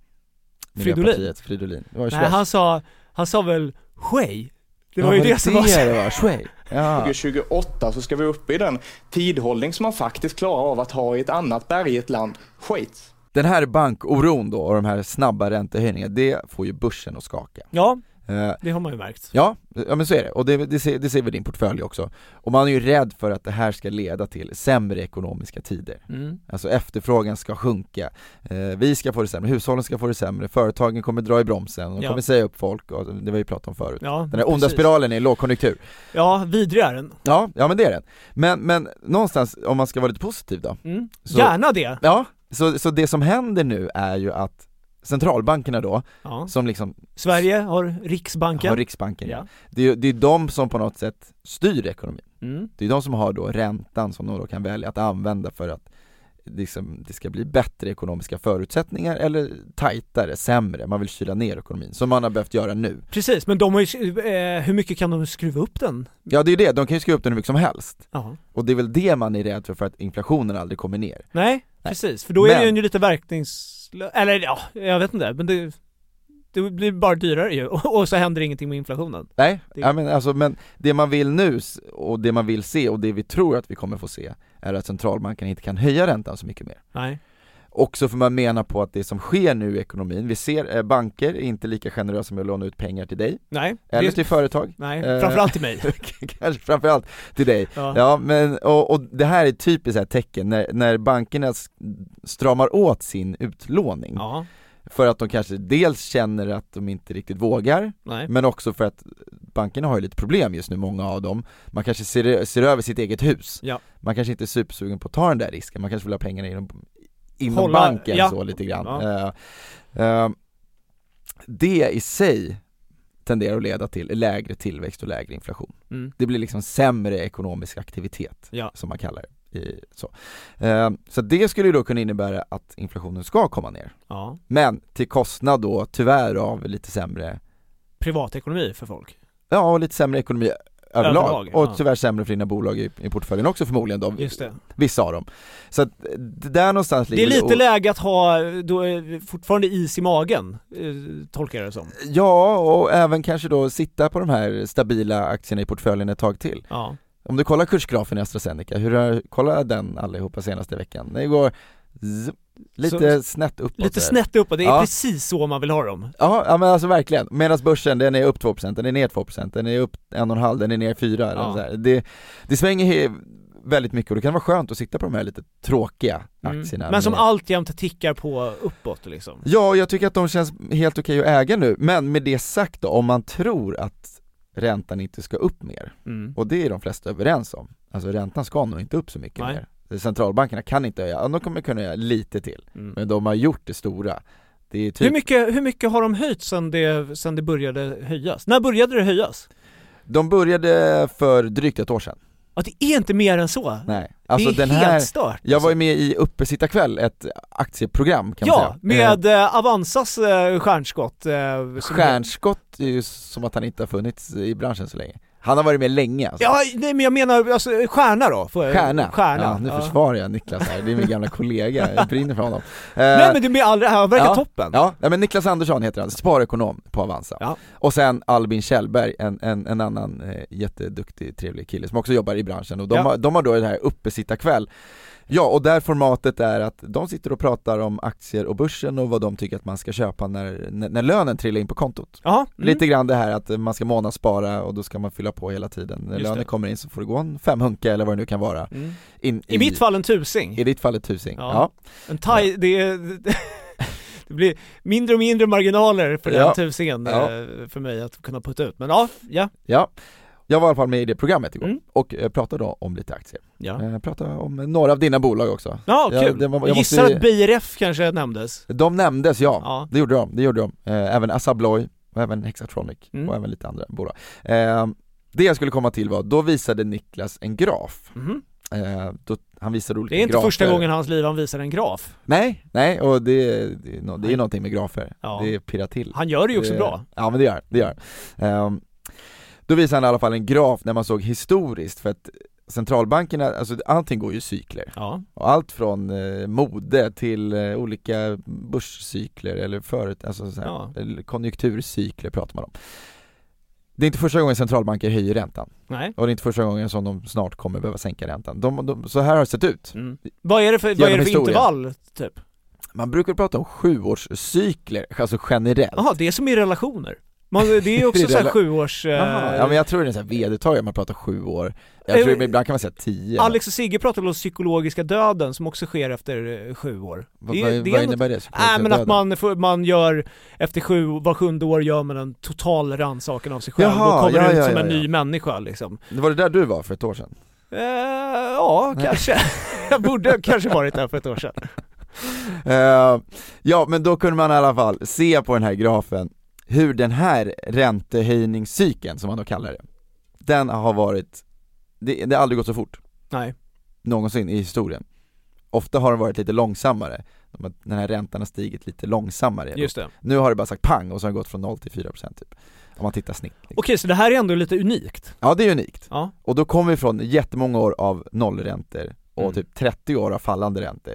C: Fridolin.
D: Fridolin. Det var
C: Nej, han sa, han sa väl Shui. Det var
D: ja,
C: ju
D: var
C: det, det som var så.
D: Det var Shui. Ja.
M: tjugohundraåtta så ska vi upp i den tidhållning som man faktiskt klarar av att ha i ett annat berget land, Schweiz.
D: Den här bankoron då och de här snabba räntehöjningarna, det får ju börsen att skaka.
C: Ja, det har man ju märkt.
D: Ja, ja men så är det. Och det, det, ser, det ser vi din portfölj också. Och man är ju rädd för att det här ska leda till sämre ekonomiska tider.
C: Mm.
D: Alltså efterfrågan ska sjunka. Eh, vi ska få det sämre, hushållen ska få det sämre, företagen kommer dra i bromsen, de
C: ja.
D: kommer säga upp folk, och det var ju pratat om förut.
C: Ja,
D: den här onda spiralen är lågkonjunktur.
C: Ja, vidrig är den.
D: Ja, ja men det är den. Men, men någonstans, om man ska vara lite positiv då.
C: Mm.
D: Så,
C: gärna det.
D: Ja, så, så det som händer nu är ju att centralbankerna då,
C: ja.
D: som liksom
C: Sverige har Riksbanken.
D: Har Riksbanken, ja.
C: ja.
D: Det är, det är de som på något sätt styr ekonomin.
C: Mm.
D: Det är de som har då räntan som de då kan välja att använda för att liksom, det ska bli bättre ekonomiska förutsättningar eller tajtare, sämre. Man vill kyla ner ekonomin, som man har behövt göra nu.
C: Precis, men de har ju, eh, hur mycket kan de skruva upp den?
D: Ja, det är ju det. De kan ju skruva upp den hur mycket som helst.
C: Aha.
D: Och det är väl det man är rädd för, för att inflationen aldrig kommer ner.
C: Nej, Nej. precis. För då är men... det ju lite verknings... Eller ja, jag vet inte, men det... det blir bara dyrare ju, och, och så händer ingenting med inflationen.
D: Nej,
C: det...
D: ja, men, alltså, men det man vill nu och det man vill se och det vi tror att vi kommer få se är att centralbanken inte kan höja räntan så mycket mer.
C: Nej.
D: Också för man menar på att det som sker nu i ekonomin, vi ser eh, banker är inte lika generösa med att låna ut pengar till dig.
C: Nej.
D: Eller
C: det...
D: till företag.
C: Nej, eh, framförallt till mig.
D: Kanske framförallt till dig. Ja, ja men och, och det här är ett typiskt här tecken när, när bankerna stramar åt sin utlåning.
C: Ja.
D: För att de kanske dels känner att de inte riktigt vågar.
C: Nej.
D: Men också för att bankerna har ju lite problem just nu, många av dem. Man kanske ser, ser över sitt eget hus.
C: Ja.
D: Man kanske inte är supersugen på att ta den där risken. Man kanske vill ha pengarna inom inom
C: Hålla,
D: banken
C: ja.
D: så lite grann.
C: Ja.
D: Uh, uh, det i sig tenderar att leda till lägre tillväxt och lägre inflation.
C: Mm.
D: Det blir liksom sämre ekonomisk aktivitet,
C: ja.
D: som man kallar det. I, så. Uh, så det skulle ju då kunna innebära att inflationen ska komma ner.
C: Ja.
D: Men till kostnad då tyvärr av lite sämre
C: privatekonomi för folk.
D: Ja, och lite sämre ekonomi överlag,
C: överlag
D: och
C: ja.
D: tyvärr sämre för dina bolag i, i portföljen också förmodligen då,
C: Just det.
D: Vissa av dem. Så att det där någonstans
C: det är lite
D: och,
C: läge att ha då, fortfarande is i magen, eh, tolkar jag det som.
D: Ja, och även kanske då sitta på de här stabila aktierna i portföljen ett tag till.
C: Ja.
D: Om du kollar kursgrafen i AstraZeneca, hur har kollat den allihopa senaste veckan? Det går z- lite så, snett uppåt.
C: Lite där. snett uppåt, det är
D: ja.
C: precis så man vill ha dem.
D: Ja, ja men alltså verkligen. Medan börsen, den är upp två procent, den är ner två procent, den är upp en komma fem, den är ner fyra.
C: Ja.
D: Så här. Det, det svänger he- väldigt mycket och det kan vara skönt att sitta på de här lite tråkiga aktierna.
C: Mm. Men som alltjämt tickar på uppåt liksom.
D: Ja, jag tycker att de känns helt okej att äga nu. Men med det sagt då, om man tror att räntan inte ska upp mer,
C: mm.
D: och det är de flesta överens om, alltså räntan ska nog inte upp så mycket
C: Nej.
D: mer. Centralbankerna kan inte höja, de kommer kunna göra lite till,
C: mm.
D: men de har gjort det stora. Det är typ...
C: hur, mycket, hur mycket har de höjt sedan det, sedan det började höjas? När började det höjas?
D: De började för drygt ett år sedan.
C: Ja, det är inte mer än så.
D: Nej. Alltså
C: det är
D: den
C: helt
D: här,
C: stört.
D: Jag var ju med i Uppesittarkväll, ett aktieprogram kan
C: ja,
D: man säga.
C: med eh, Avanzas eh, stjärnskott. Eh,
D: stjärnskott är ju som att han inte har funnits i branschen så länge. Han har varit med länge alltså.
C: Ja, nej, men jag menar alltså, stjärna då. Får,
D: stjärna.
C: stjärna.
D: Ja, nu
C: ja.
D: försvarar jag Niklas här. Det är min gamla kollega, jag brinner för honom.
C: Nej men det blir aldrig, han verkar
D: ja,
C: toppen.
D: Ja, ja, men Niklas Andersson heter han, sparekonom på Avanza.
C: Ja.
D: Och sen Albin Kjellberg, en, en, en annan eh, jätteduktig, trevlig kille som också jobbar i branschen. Och de, ja. har, de har då det här Uppesittarkväll. Ja, och där formatet är att de sitter och pratar om aktier och börsen och vad de tycker att man ska köpa när, när, när lönen trillar in på kontot.
C: Aha, mm.
D: Lite grann det här att man ska månadsspara och då ska man fylla på hela tiden. När
C: Just
D: lönen
C: det.
D: kommer in så får det gå en femhunka eller vad det nu kan vara.
C: Mm.
D: In,
C: I, I mitt fall en tusing.
D: I ditt fall en tusing, ja.
C: ja. En taj, det är... Det blir mindre och mindre marginaler för
D: ja.
C: den tusingen ja. för mig att kunna putta ut. Men ja, ja.
D: Ja. Jag var i alla fall med i det programmet igår
C: mm.
D: och pratade då om lite aktier.
C: Ja.
D: Jag pratade om några av dina bolag också.
C: Ja, kul. Jag, det, jag, jag gissar måste... att B R F kanske nämndes.
D: De nämndes, ja.
C: ja.
D: Det gjorde de. Det gjorde de. Eh, även Assa Abloy och även Hexatronic
C: mm.
D: och även lite andra bolag. Eh, det jag skulle komma till var, då visade Niklas en graf.
C: Mm.
D: Eh, då, han visade olika
C: Det är inte
D: grafer.
C: första gången i hans liv han visar en graf.
D: Nej, nej, och det, det, är, no, det är någonting med grafer.
C: Ja.
D: Det pirrar till.
C: Han gör det ju också
D: det,
C: bra.
D: Ja, men det gör det gör. Eh, Då visar han i alla fall en graf när man såg historiskt, för att centralbankerna, alltså allting går ju i cykler.
C: Ja.
D: Och allt från eh, mode till eh, olika börscykler eller förut, alltså så här,
C: ja.
D: eller konjunkturcykler pratar man om. Det är inte första gången centralbanker höjer räntan.
C: Nej.
D: Och det är inte första gången som de snart kommer behöva sänka räntan. De, de, så här har det sett ut.
C: Mm. Vad är det för, vad är det för intervall typ?
D: Man brukar prata om sjuårscykler, alltså generellt.
C: Jaha, det är som i relationer. Man, det är ju också så här sju års... Eh...
D: Ja, men jag tror det är så här vedertaget, man pratar sju år. Jag tror eh, ibland kan man säga tio.
C: Alex och Sigge pratar om psykologiska döden som också sker efter eh, sju år.
D: Va,
C: det,
D: vad,
C: det
D: vad innebär det?
C: Nej, äh, men att man, får, man gör, efter sju, var sjunde år gör man en total rannsakan av sig själv.
D: Jaha,
C: och kommer
D: ja,
C: ut
D: ja,
C: som
D: ja,
C: en
D: ja.
C: ny människa liksom.
D: Det var det där du var för ett år sedan?
C: Eh, ja, kanske. Jag borde kanske varit där för ett år sedan.
D: uh, ja, men då kunde man i alla fall se på den här grafen hur den här räntehöjningscykeln, som man då kallar det, den har varit, det, det har aldrig gått så fort.
C: Nej.
D: Någonsin i historien. Ofta har den varit lite långsammare. Den här räntan har stigit lite långsammare.
C: Just det.
D: Nu har det bara sagt pang och så har det gått från noll till fyra procent typ. Om man tittar snitt. Liksom.
C: Okej, så det här är ändå lite unikt.
D: Ja, det är unikt.
C: Ja.
D: Och då kommer vi från jättemånga år av nollräntor och
C: mm.
D: typ trettio år av fallande räntor
C: ja.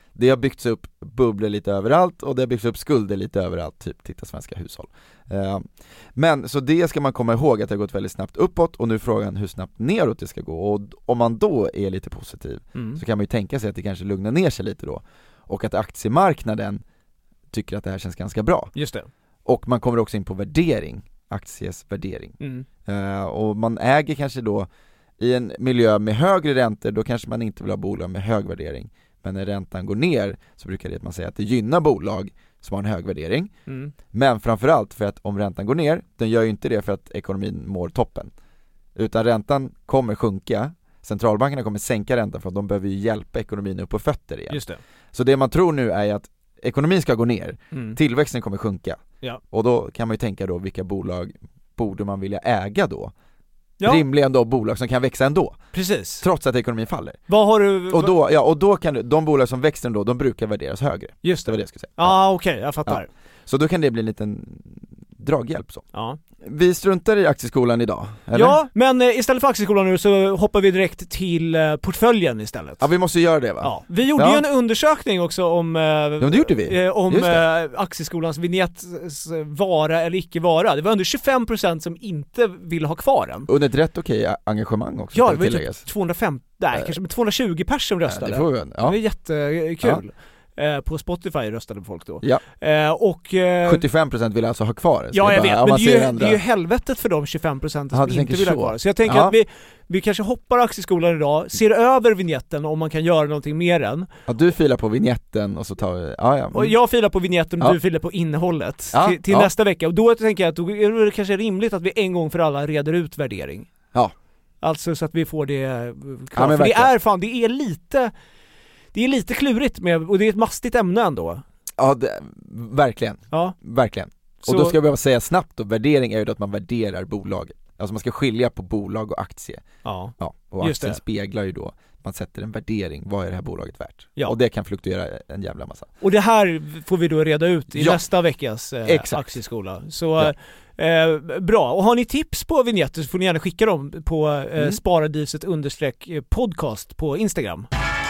D: det har byggts upp bubblor lite överallt och det har byggts upp skulder lite överallt, typ titta svenska hushåll. Eh, men så det ska man komma ihåg, att det har gått väldigt snabbt uppåt, och nu är frågan hur snabbt neråt det ska gå. Och om man då är lite positiv mm. så kan man ju tänka sig att det kanske lugnar ner sig lite då, och att aktiemarknaden tycker att det här känns ganska bra.
C: Just det.
D: Och man kommer också in på värdering, akties värdering. Mm. Uh, och man äger kanske då i en miljö med högre räntor, då kanske man inte vill ha bolag med hög värdering. Men när räntan går ner så brukar det att man säga att det gynnar bolag som har en hög värdering. Mm. Men framförallt för att om räntan går ner, den gör ju inte det för att ekonomin mår toppen. Utan räntan kommer sjunka. Centralbankerna kommer sänka räntan för att de behöver ju hjälpa ekonomin upp på fötter igen.
C: Just det.
D: Så det man tror nu är att ekonomin ska gå ner,
C: mm.
D: tillväxten kommer sjunka.
C: Ja.
D: Och då kan man ju tänka då, vilka bolag borde man vilja äga då?
C: Ja.
D: Rimligen då bolag som kan växa ändå.
C: Precis.
D: Trots att ekonomin faller.
C: Vad har du...
D: Och då, ja, och då kan du, de bolag som växer ändå, de brukar värderas högre.
C: Just det.
D: Det var det jag skulle säga.
C: Ja, ah, okej, okay, jag fattar.
D: Ja. Så då kan det bli en liten draghjälp så.
C: Ja.
D: Vi struntar i aktieskolan idag, eller?
C: Ja, men eh, istället för aktieskolan nu så hoppar vi direkt till eh, portföljen istället.
D: Ja, vi måste göra det va?
C: Ja. Vi gjorde
D: ja.
C: ju en undersökning också om eh,
D: ja, det gjorde vi.
C: Eh, om eh, aktieskolans vignetts vara eller icke vara. Det var under tjugofem procent som inte ville ha kvar den.
D: Under ett rätt okej engagemang också.
C: Ja, det var ju typ tvåhundrafemtio, nej, äh, kanske tvåhundratjugo personer som röstade.
D: Ja, det, får vi, ja.
C: Det var jättekul. Ja. På Spotify röstade folk då.
D: Ja.
C: Eh, och, eh,
D: sjuttiofem procent vill alltså ha kvar det.
C: Ja, jag
D: bara,
C: vet, men det är, ju, det är ju helvetet för de tjugofem procent som inte vill ha kvar. Så jag tänker ja. att vi, vi kanske hoppar aktieskolan idag, ser över vignetten om man kan göra någonting med den.
D: Ja, du filar på vignetten och så tar vi... Ja, ja. Mm.
C: Och jag filar på vignetten och ja. du filar på innehållet
D: ja.
C: till, till ja. nästa vecka. Och då tänker jag att då är det kanske rimligt att vi en gång för alla reder ut värdering.
D: Ja.
C: Alltså så att vi får det
D: Ja,
C: klart. För det är fan, det är lite... Det är lite klurigt med, och det är ett mastigt ämne ändå.
D: Ja, det, verkligen.
C: Ja.
D: Verkligen.
C: Så...
D: Och då ska jag bara säga snabbt då, värdering är ju då att man värderar bolaget. Alltså man ska skilja på bolag och aktie.
C: Ja.
D: Ja. Och aktien speglar ju då, man sätter en värdering, vad är det här bolaget värt?
C: Ja.
D: Och det kan fluktuera en jävla massa.
C: Och det här får vi då reda ut i
D: ja.
C: nästa veckas eh, aktieskola. Så ja. eh, bra. Och har ni tips på vignetter så får ni gärna skicka dem på eh, mm. sparadiset understreck podcast på Instagram.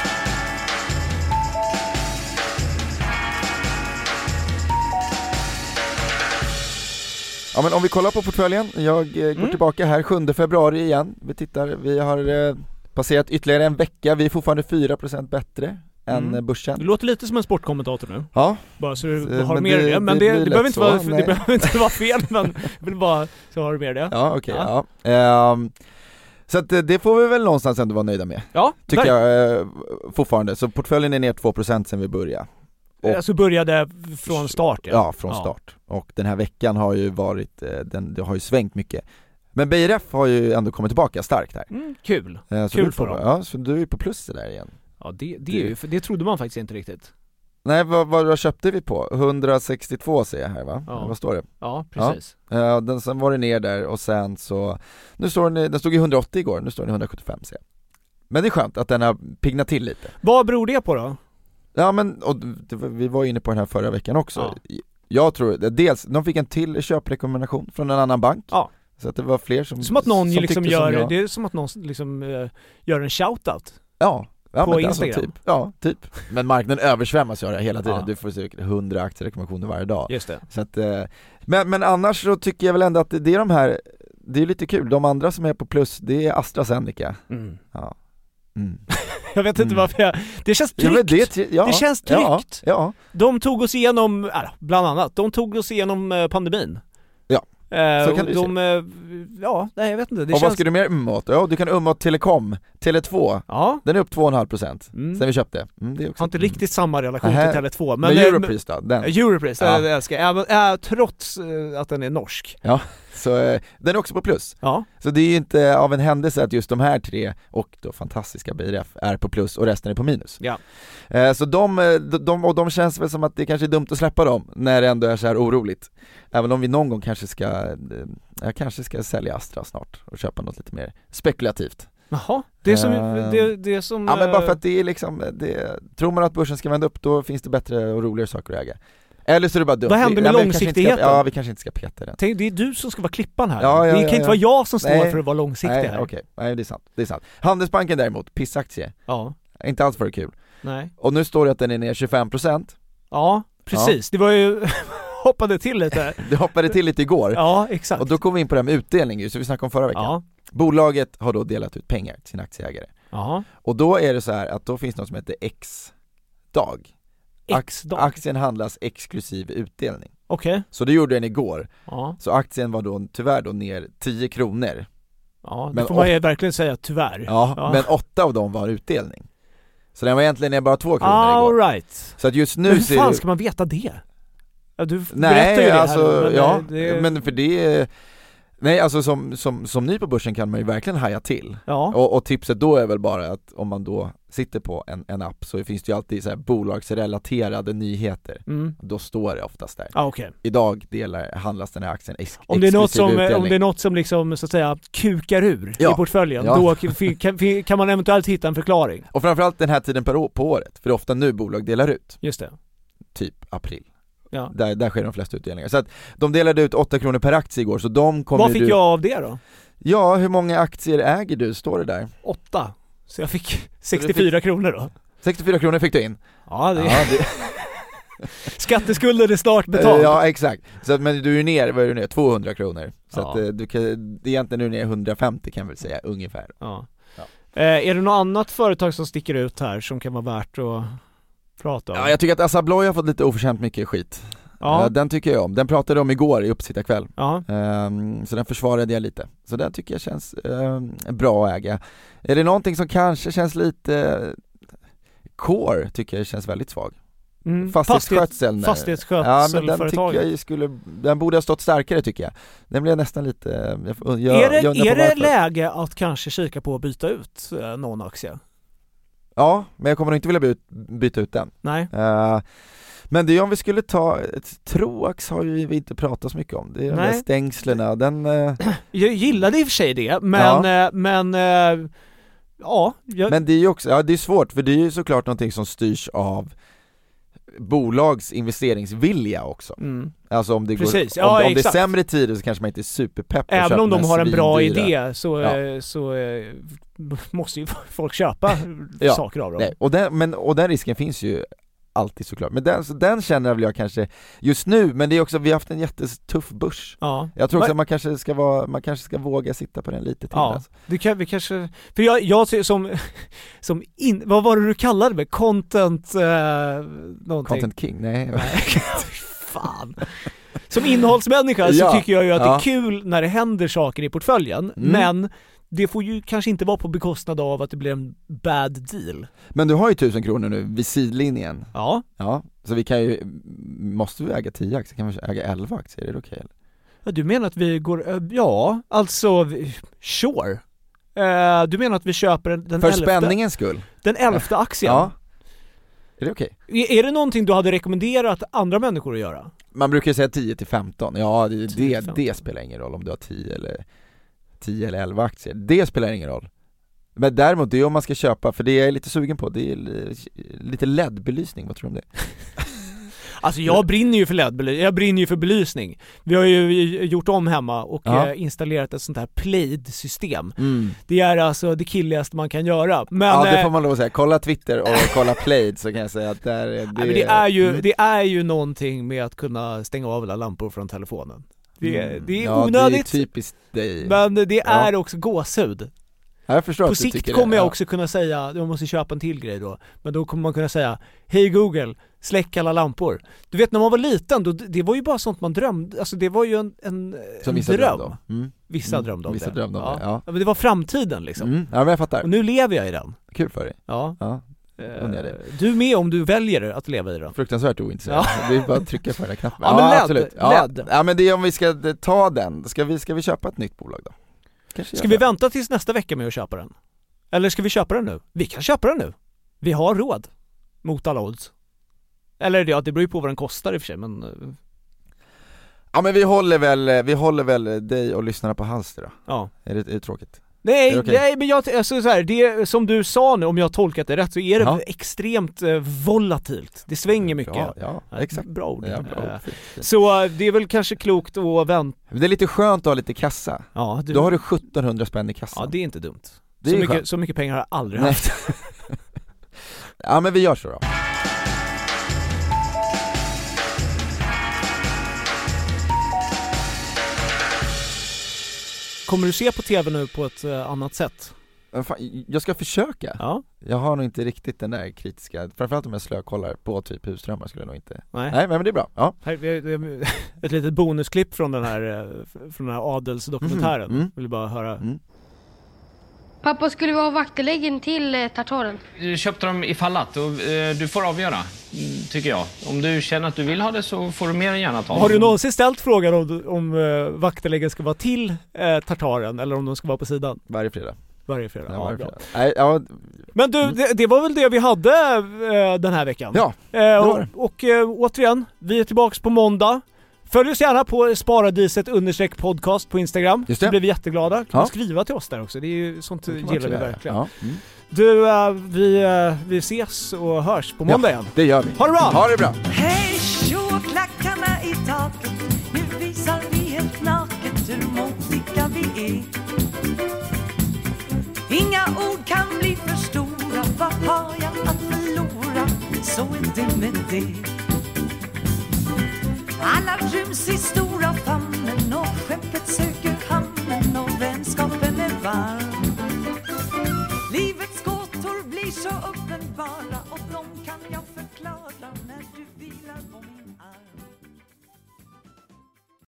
D: Ja, men om vi kollar på portföljen, jag eh, går mm. tillbaka här sjunde februari igen. Vi tittar, vi har eh, passerat ytterligare en vecka, vi är fortfarande fyra procent bättre mm. än börsen.
C: Du låter lite som en sportkommentator nu.
D: Ja.
C: Bara så du har mer det, det, men det, det, det, behöver inte vara, det behöver inte vara fel, men jag vill bara så har du mer det.
D: Ja, okej. Okay, ja. ja. Um, så att det, det får vi väl någonstans ändå vara nöjda med.
C: Ja,
D: tycker jag eh, fortfarande. Så portföljen är ner två procent sen vi började.
C: Och, alltså började från start ja.
D: Ja, från start. Ja. Och den här veckan har ju varit, den, det har ju svängt mycket. Men B R F har ju ändå kommit tillbaka starkt här.
C: Mm, kul.
D: Eh,
C: kul för dem.
D: Ja, så du är på plus där igen.
C: Ja, det, det, är ju, för det trodde man faktiskt inte riktigt.
D: Nej, vad, vad köpte vi på? hundrasextiotvå ser jag här va?
C: Ja.
D: Vad står det?
C: Ja, precis.
D: Ja, uh, den, sen var det ner där och sen så, nu står den, den stod i hundraåttio igår, nu står den i hundrasjuttiofem ser jag. Men det är skönt att den har pignat till lite.
C: Vad beror det på då?
D: Ja men, och det, vi var inne på den här förra veckan också.
C: Ja.
D: Jag tror, dels, de fick en till köprekommendation från en annan bank.
C: Ja.
D: Så att det var fler som
C: Som att någon
D: som
C: liksom gör,
D: som
C: det är som att någon liksom uh, gör en shoutout.
D: Ja. Ja,
C: på Instagram.
D: Alltså, typ. Ja, typ. Men marknaden översvämmas ju hela tiden.
C: Ja.
D: Du får säkert hundra aktierekommendationer varje dag.
C: Just det.
D: Så att, eh, men, men annars så tycker jag väl ändå att det, det är de här, det är lite kul. De andra som är på plus, det är AstraZeneca.
C: Mm.
D: Ja. Mm.
C: Jag vet inte
D: mm.
C: varför jag, det känns tryggt.
D: Ja, det, ja,
C: det känns tryggt.
D: Ja, ja.
C: De tog oss igenom, äh, bland annat, de tog oss igenom eh, pandemin.
D: Ja.
C: Eh,
D: så kan du
C: de,
D: se.
C: Eh, ja, nej jag vet inte. Det
D: och
C: känns...
D: vad ska du mer umma åt? Ja, du kan umma åt Telekom, Tele två.
C: Ja.
D: Den är upp två komma fem procent
C: mm.
D: sen vi köpte. Mm, det är också...
C: Har inte riktigt samma relation
D: Aha.
C: till Tele två.
D: Men, men Europris då? Den.
C: Europris,
D: ja.
C: det älskar jag. Även, äh, trots äh, att den är norsk.
D: Ja, så äh, den är också på plus.
C: Ja.
D: Så det är ju inte av en händelse att just de här tre och då fantastiska B R F är på plus och resten är på minus.
C: Ja.
D: Eh, så de, de, de, och de känns väl som att det kanske är dumt att släppa dem när det ändå är så här oroligt. Även om vi någon gång kanske ska, eh, jag kanske ska sälja Astra snart och köpa något lite mer spekulativt.
C: Jaha, det är som, uh, det, det är som
D: ja men bara för att det är liksom det, tror man att börsen ska vända upp, då finns det bättre och roligare saker att äga. Eller så är det bara dumt.
C: Vad händer med
D: ja,
C: långsiktigheten?
D: Ska, ja, vi kanske inte ska peta den.
C: Tänk, det är du som ska vara klippan här.
D: Ja, ja,
C: det
D: ja,
C: kan
D: ja.
C: inte vara jag som står
D: nej,
C: för att vara långsiktig
D: nej,
C: här.
D: Okej, okay. Nej, det är sant. Det är sant. Handelsbanken däremot, pissaktie.
C: Ja.
D: Inte alls för kul.
C: Nej.
D: Och nu står det att den är ner tjugofem procent.
C: Ja, precis. Ja. Det var ju hoppade till lite.
D: Det hoppade till lite igår.
C: Ja, exakt.
D: Och då kom vi in på det här med utdelning ju, så vi snackade om förra veckan. Ja. Bolaget har då delat ut pengar till sina aktieägare.
C: Ja.
D: Och då är det så här att då finns något som heter X-dag.
C: X-dag.
D: Aktien handlas exklusiv utdelning.
C: Okej. Okay.
D: Så det gjorde den igår.
C: Ja.
D: Så aktien var då tyvärr då ner tio kronor.
C: Ja, det
D: men
C: får man ju verkligen säga tyvärr.
D: Ja, ja, men åtta av dem var utdelning. Så den var egentligen ner bara två kronor
C: All
D: igår.
C: Right.
D: Så att just nu
C: men hur fan
D: ser
C: ska man veta det? Ja, du
D: nej,
C: ju det
D: alltså,
C: här, men
D: ja,
C: det...
D: men för det nej, alltså som, som, som ny på börsen kan man ju verkligen haja till.
C: Ja.
D: Och, och tipset då är väl bara att om man då sitter på en, en app så finns det ju alltid så här bolagsrelaterade nyheter.
C: Mm.
D: Då står det oftast där.
C: Ah, okay.
D: Idag delar, handlas den här aktien ex-
C: om det är något som
D: utdelning.
C: Om det är något som liksom så att säga kukar ur
D: ja.
C: i portföljen,
D: ja.
C: då kan, kan man eventuellt hitta en förklaring.
D: Och framförallt den här tiden per år, på året, för det är ofta nu bolag delar ut.
C: Just det.
D: Typ april.
C: Ja.
D: Där, där sker de flesta utdelningar. Så att de delade ut åtta kronor per aktie igår, så de kommer.
C: Vad fick
D: du...
C: jag av det då?
D: Ja, hur många aktier äger du? Står det där?
C: Åtta. Så jag fick sextiofyra fick... kronor då.
D: sextiofyra kronor fick du in?
C: Ja, det,
D: ja, det...
C: Skatteskulden är snart betald.
D: Ja, exakt. Så att, men du är ner, vad är du ner? tvåhundra kronor. Så
C: ja.
D: att du kan, egentligen nu är ner hundrafemtio kan jag väl säga, ungefär.
C: Ja. Ja. Eh, är det något annat företag som sticker ut här som kan vara värt att prata om?
D: Ja, jag tycker att Assa Abloy har fått lite oförtjänt mycket skit. Ja. Den tycker jag om. Den pratade om igår i Uppsittarkväll.
C: Ja.
D: Um, så den försvarade jag lite. Så den tycker jag känns um, bra att äga. Är det någonting som kanske känns lite Core tycker jag känns väldigt svag.
C: Mm.
D: Fastighetsskötsel.
C: Fastighetsskötsel.
D: Ja, men den tycker jag skulle, den borde ha stått starkare tycker jag. Den blev nästan lite jag, jag,
C: Är det,
D: jag
C: är det läge att kanske kika på att byta ut uh, någon aktie?
D: Ja, men jag kommer nog inte vilja byta, byta ut den.
C: Nej.
D: Uh, Men det är om vi skulle ta, Troax har ju vi inte pratat så mycket om. Det är de där stängslerna, den... Eh...
C: Jag gillade i och för sig det, men... Ja. Eh, men eh, ja, jag...
D: men det är ju också, ja det är svårt, för det är ju såklart någonting som styrs av bolags investeringsvilja också.
C: Mm.
D: Alltså om det, går,
C: Precis.
D: om,
C: Ja,
D: om det är sämre tider så kanske man inte är superpepp.
C: Även om de har en bra
D: svindyra.
C: idé så, ja. så eh, måste ju folk köpa
D: ja.
C: saker av dem.
D: Nej. Och, den, men, och den risken finns ju alltid såklart. Men den, så den känner väl jag kanske just nu, men det är också, vi har haft en jättetuff börs.
C: Ja.
D: Jag tror också
C: men...
D: att man kanske ska vara, man kanske ska våga sitta på den lite till.
C: Ja,
D: alltså.
C: det kan vi kanske, för jag, jag ser som, som in, vad var det du kallade det? Content, eh, någonting.
D: Content king, nej.
C: nej. Fan. Som innehållsmänniska så
D: ja.
C: tycker jag ju att
D: ja.
C: det är kul när det händer saker i portföljen, mm. men det får ju kanske inte vara på bekostnad av att det blir en bad deal.
D: Men du har ju tusen kronor nu vid sidlinjen.
C: Ja.
D: Ja, så vi kan ju, måste vi äga tio aktier? Kan vi äga elva aktier? Är det okej? Okay,
C: ja, du menar att vi går, ja, alltså, sure. Uh, du menar att vi köper den
D: För
C: elfte,
D: spänningens skull.
C: Den elfte aktien?
D: Ja. Är det okej?
C: Okay? Är, är det någonting du hade rekommenderat andra människor att göra?
D: Man brukar ju säga tio till femton. Ja, det, det, det spelar ingen roll om du har tio eller tio eller elva aktier. Det spelar ingen roll. Men däremot, det är om man ska köpa, för det jag är lite sugen på, det är lite L E D-belysning, vad tror du om det?
C: Alltså jag brinner ju för L E D-belysning, jag brinner ju för belysning. Vi har ju gjort om hemma och
D: ja.
C: installerat ett sånt här Plaid-system.
D: Mm.
C: Det är alltså det killigaste man kan göra. Men,
D: ja, det får man lov att säga. Kolla Twitter och kolla Plaid så kan jag säga att där är det...
C: Nej, men det är ju, mm. det är ju någonting med att kunna stänga av alla lampor från telefonen. Det,
D: mm.
C: det är
D: ja,
C: onödigt,
D: det är typiskt dig.
C: Men det
D: ja.
C: är också gåshud.
D: Ja, jag förstår
C: på
D: att du
C: sikt
D: tycker
C: kommer
D: det.
C: jag
D: Ja.
C: också kunna säga, jag måste köpa en till grej då, men då kommer man kunna säga, hej Google, släck alla lampor. Du vet när man var liten, då, det var ju bara sånt man drömde, alltså det var ju en, en,
D: Som
C: en
D: vissa
C: dröm.
D: drömde om. Mm.
C: Vissa
D: mm.
C: drömde om
D: vissa
C: det.
D: Drömde om
C: ja.
D: det. Ja.
C: Ja, men det var framtiden liksom.
D: Mm. Ja, men jag fattar.
C: Och nu lever jag i den.
D: Kul för dig.
C: Ja.
D: Ja.
C: Uh, du med om du väljer att leva i den.
D: Fruktansvärt ointresserad. Ja. Det är bara att trycka på den här knappen.
C: Ja, men
D: ja,
C: L E D,
D: absolut.
C: Ja.
D: L E D. Ja, men det är om vi ska ta den. Ska vi, ska vi köpa ett nytt bolag då? Kanske
C: ska vi det. vänta tills nästa vecka med att köpa den? Eller ska vi köpa den nu? Vi kan köpa den nu. Vi har råd. Mot alla odds. Eller ja, det beror ju på vad den kostar i och för sig, men...
D: Ja, men vi håller väl, vi håller väl dig och lyssnarna på halster då.
C: Ja.
D: Är det, är det tråkigt?
C: Nej,
D: det okay?
C: nej, men jag, alltså så här, det som du sa nu, om jag har tolkat det rätt, så är det
D: ja.
C: extremt eh, volatilt. Det svänger mycket.
D: Ja, ja, exakt.
C: Bra ord.
D: Ja, bra ord.
C: Så det är väl kanske klokt att vänta.
D: Det är lite skönt att ha lite kassa.
C: Ja, du...
D: Då har du sjuttonhundra spänn i kassan.
C: Ja, det är inte dumt.
D: Det
C: så,
D: är
C: mycket, så mycket pengar har jag aldrig haft.
D: Ja, men vi gör så då.
C: Kommer du se på tv nu på ett uh, annat sätt?
D: Jag ska försöka.
C: Ja.
D: Jag har nog inte riktigt den där kritiska, framförallt om jag slökollar på typ husdrömmar skulle jag nog inte.
C: Nej,
D: Nej men det är bra. Ja.
C: Här, ett litet bonusklipp från den här från den här adelsdokumentären. Mm. Mm. Vill bara höra. Mm.
N: Pappa, skulle vi ha vakteläggen till eh, tartaren?
O: Du köpte dem i fallat och eh, du får avgöra, tycker jag. Om du känner att du vill ha det så får du mer än gärna ta.
C: Har du någonsin ställt frågan om, om uh, vakteläggen ska vara till uh, tartaren eller om de ska vara på sidan?
D: Varje fredag.
C: Varje fredag, ja,
D: varje
C: bra.
D: fredag. Nej, ja.
C: Men du, det, det var väl det vi hade uh, den här veckan?
D: Ja,
C: uh, och, och uh, återigen, vi är tillbaks på måndag. Följ oss gärna på Sparadiset understreck podcast på Instagram. Just det. Så blir vi jätteglada. Kan ja. skriva till oss där också. Det är ju sånt gillar vi verkligen. Ja. Mm. Du, uh, vi, uh, vi ses och hörs på måndag ja, igen.
D: Det gör vi.
C: Ha det bra!
D: Ha det bra!
P: Hej, tjo, klackarna i taket. Nu visar vi helt naket hur måttiga vi är. Inga ord kan bli för stora. Vad har jag att förlora? Så är det med det. Alla ryms i stora famnen och skeppet söker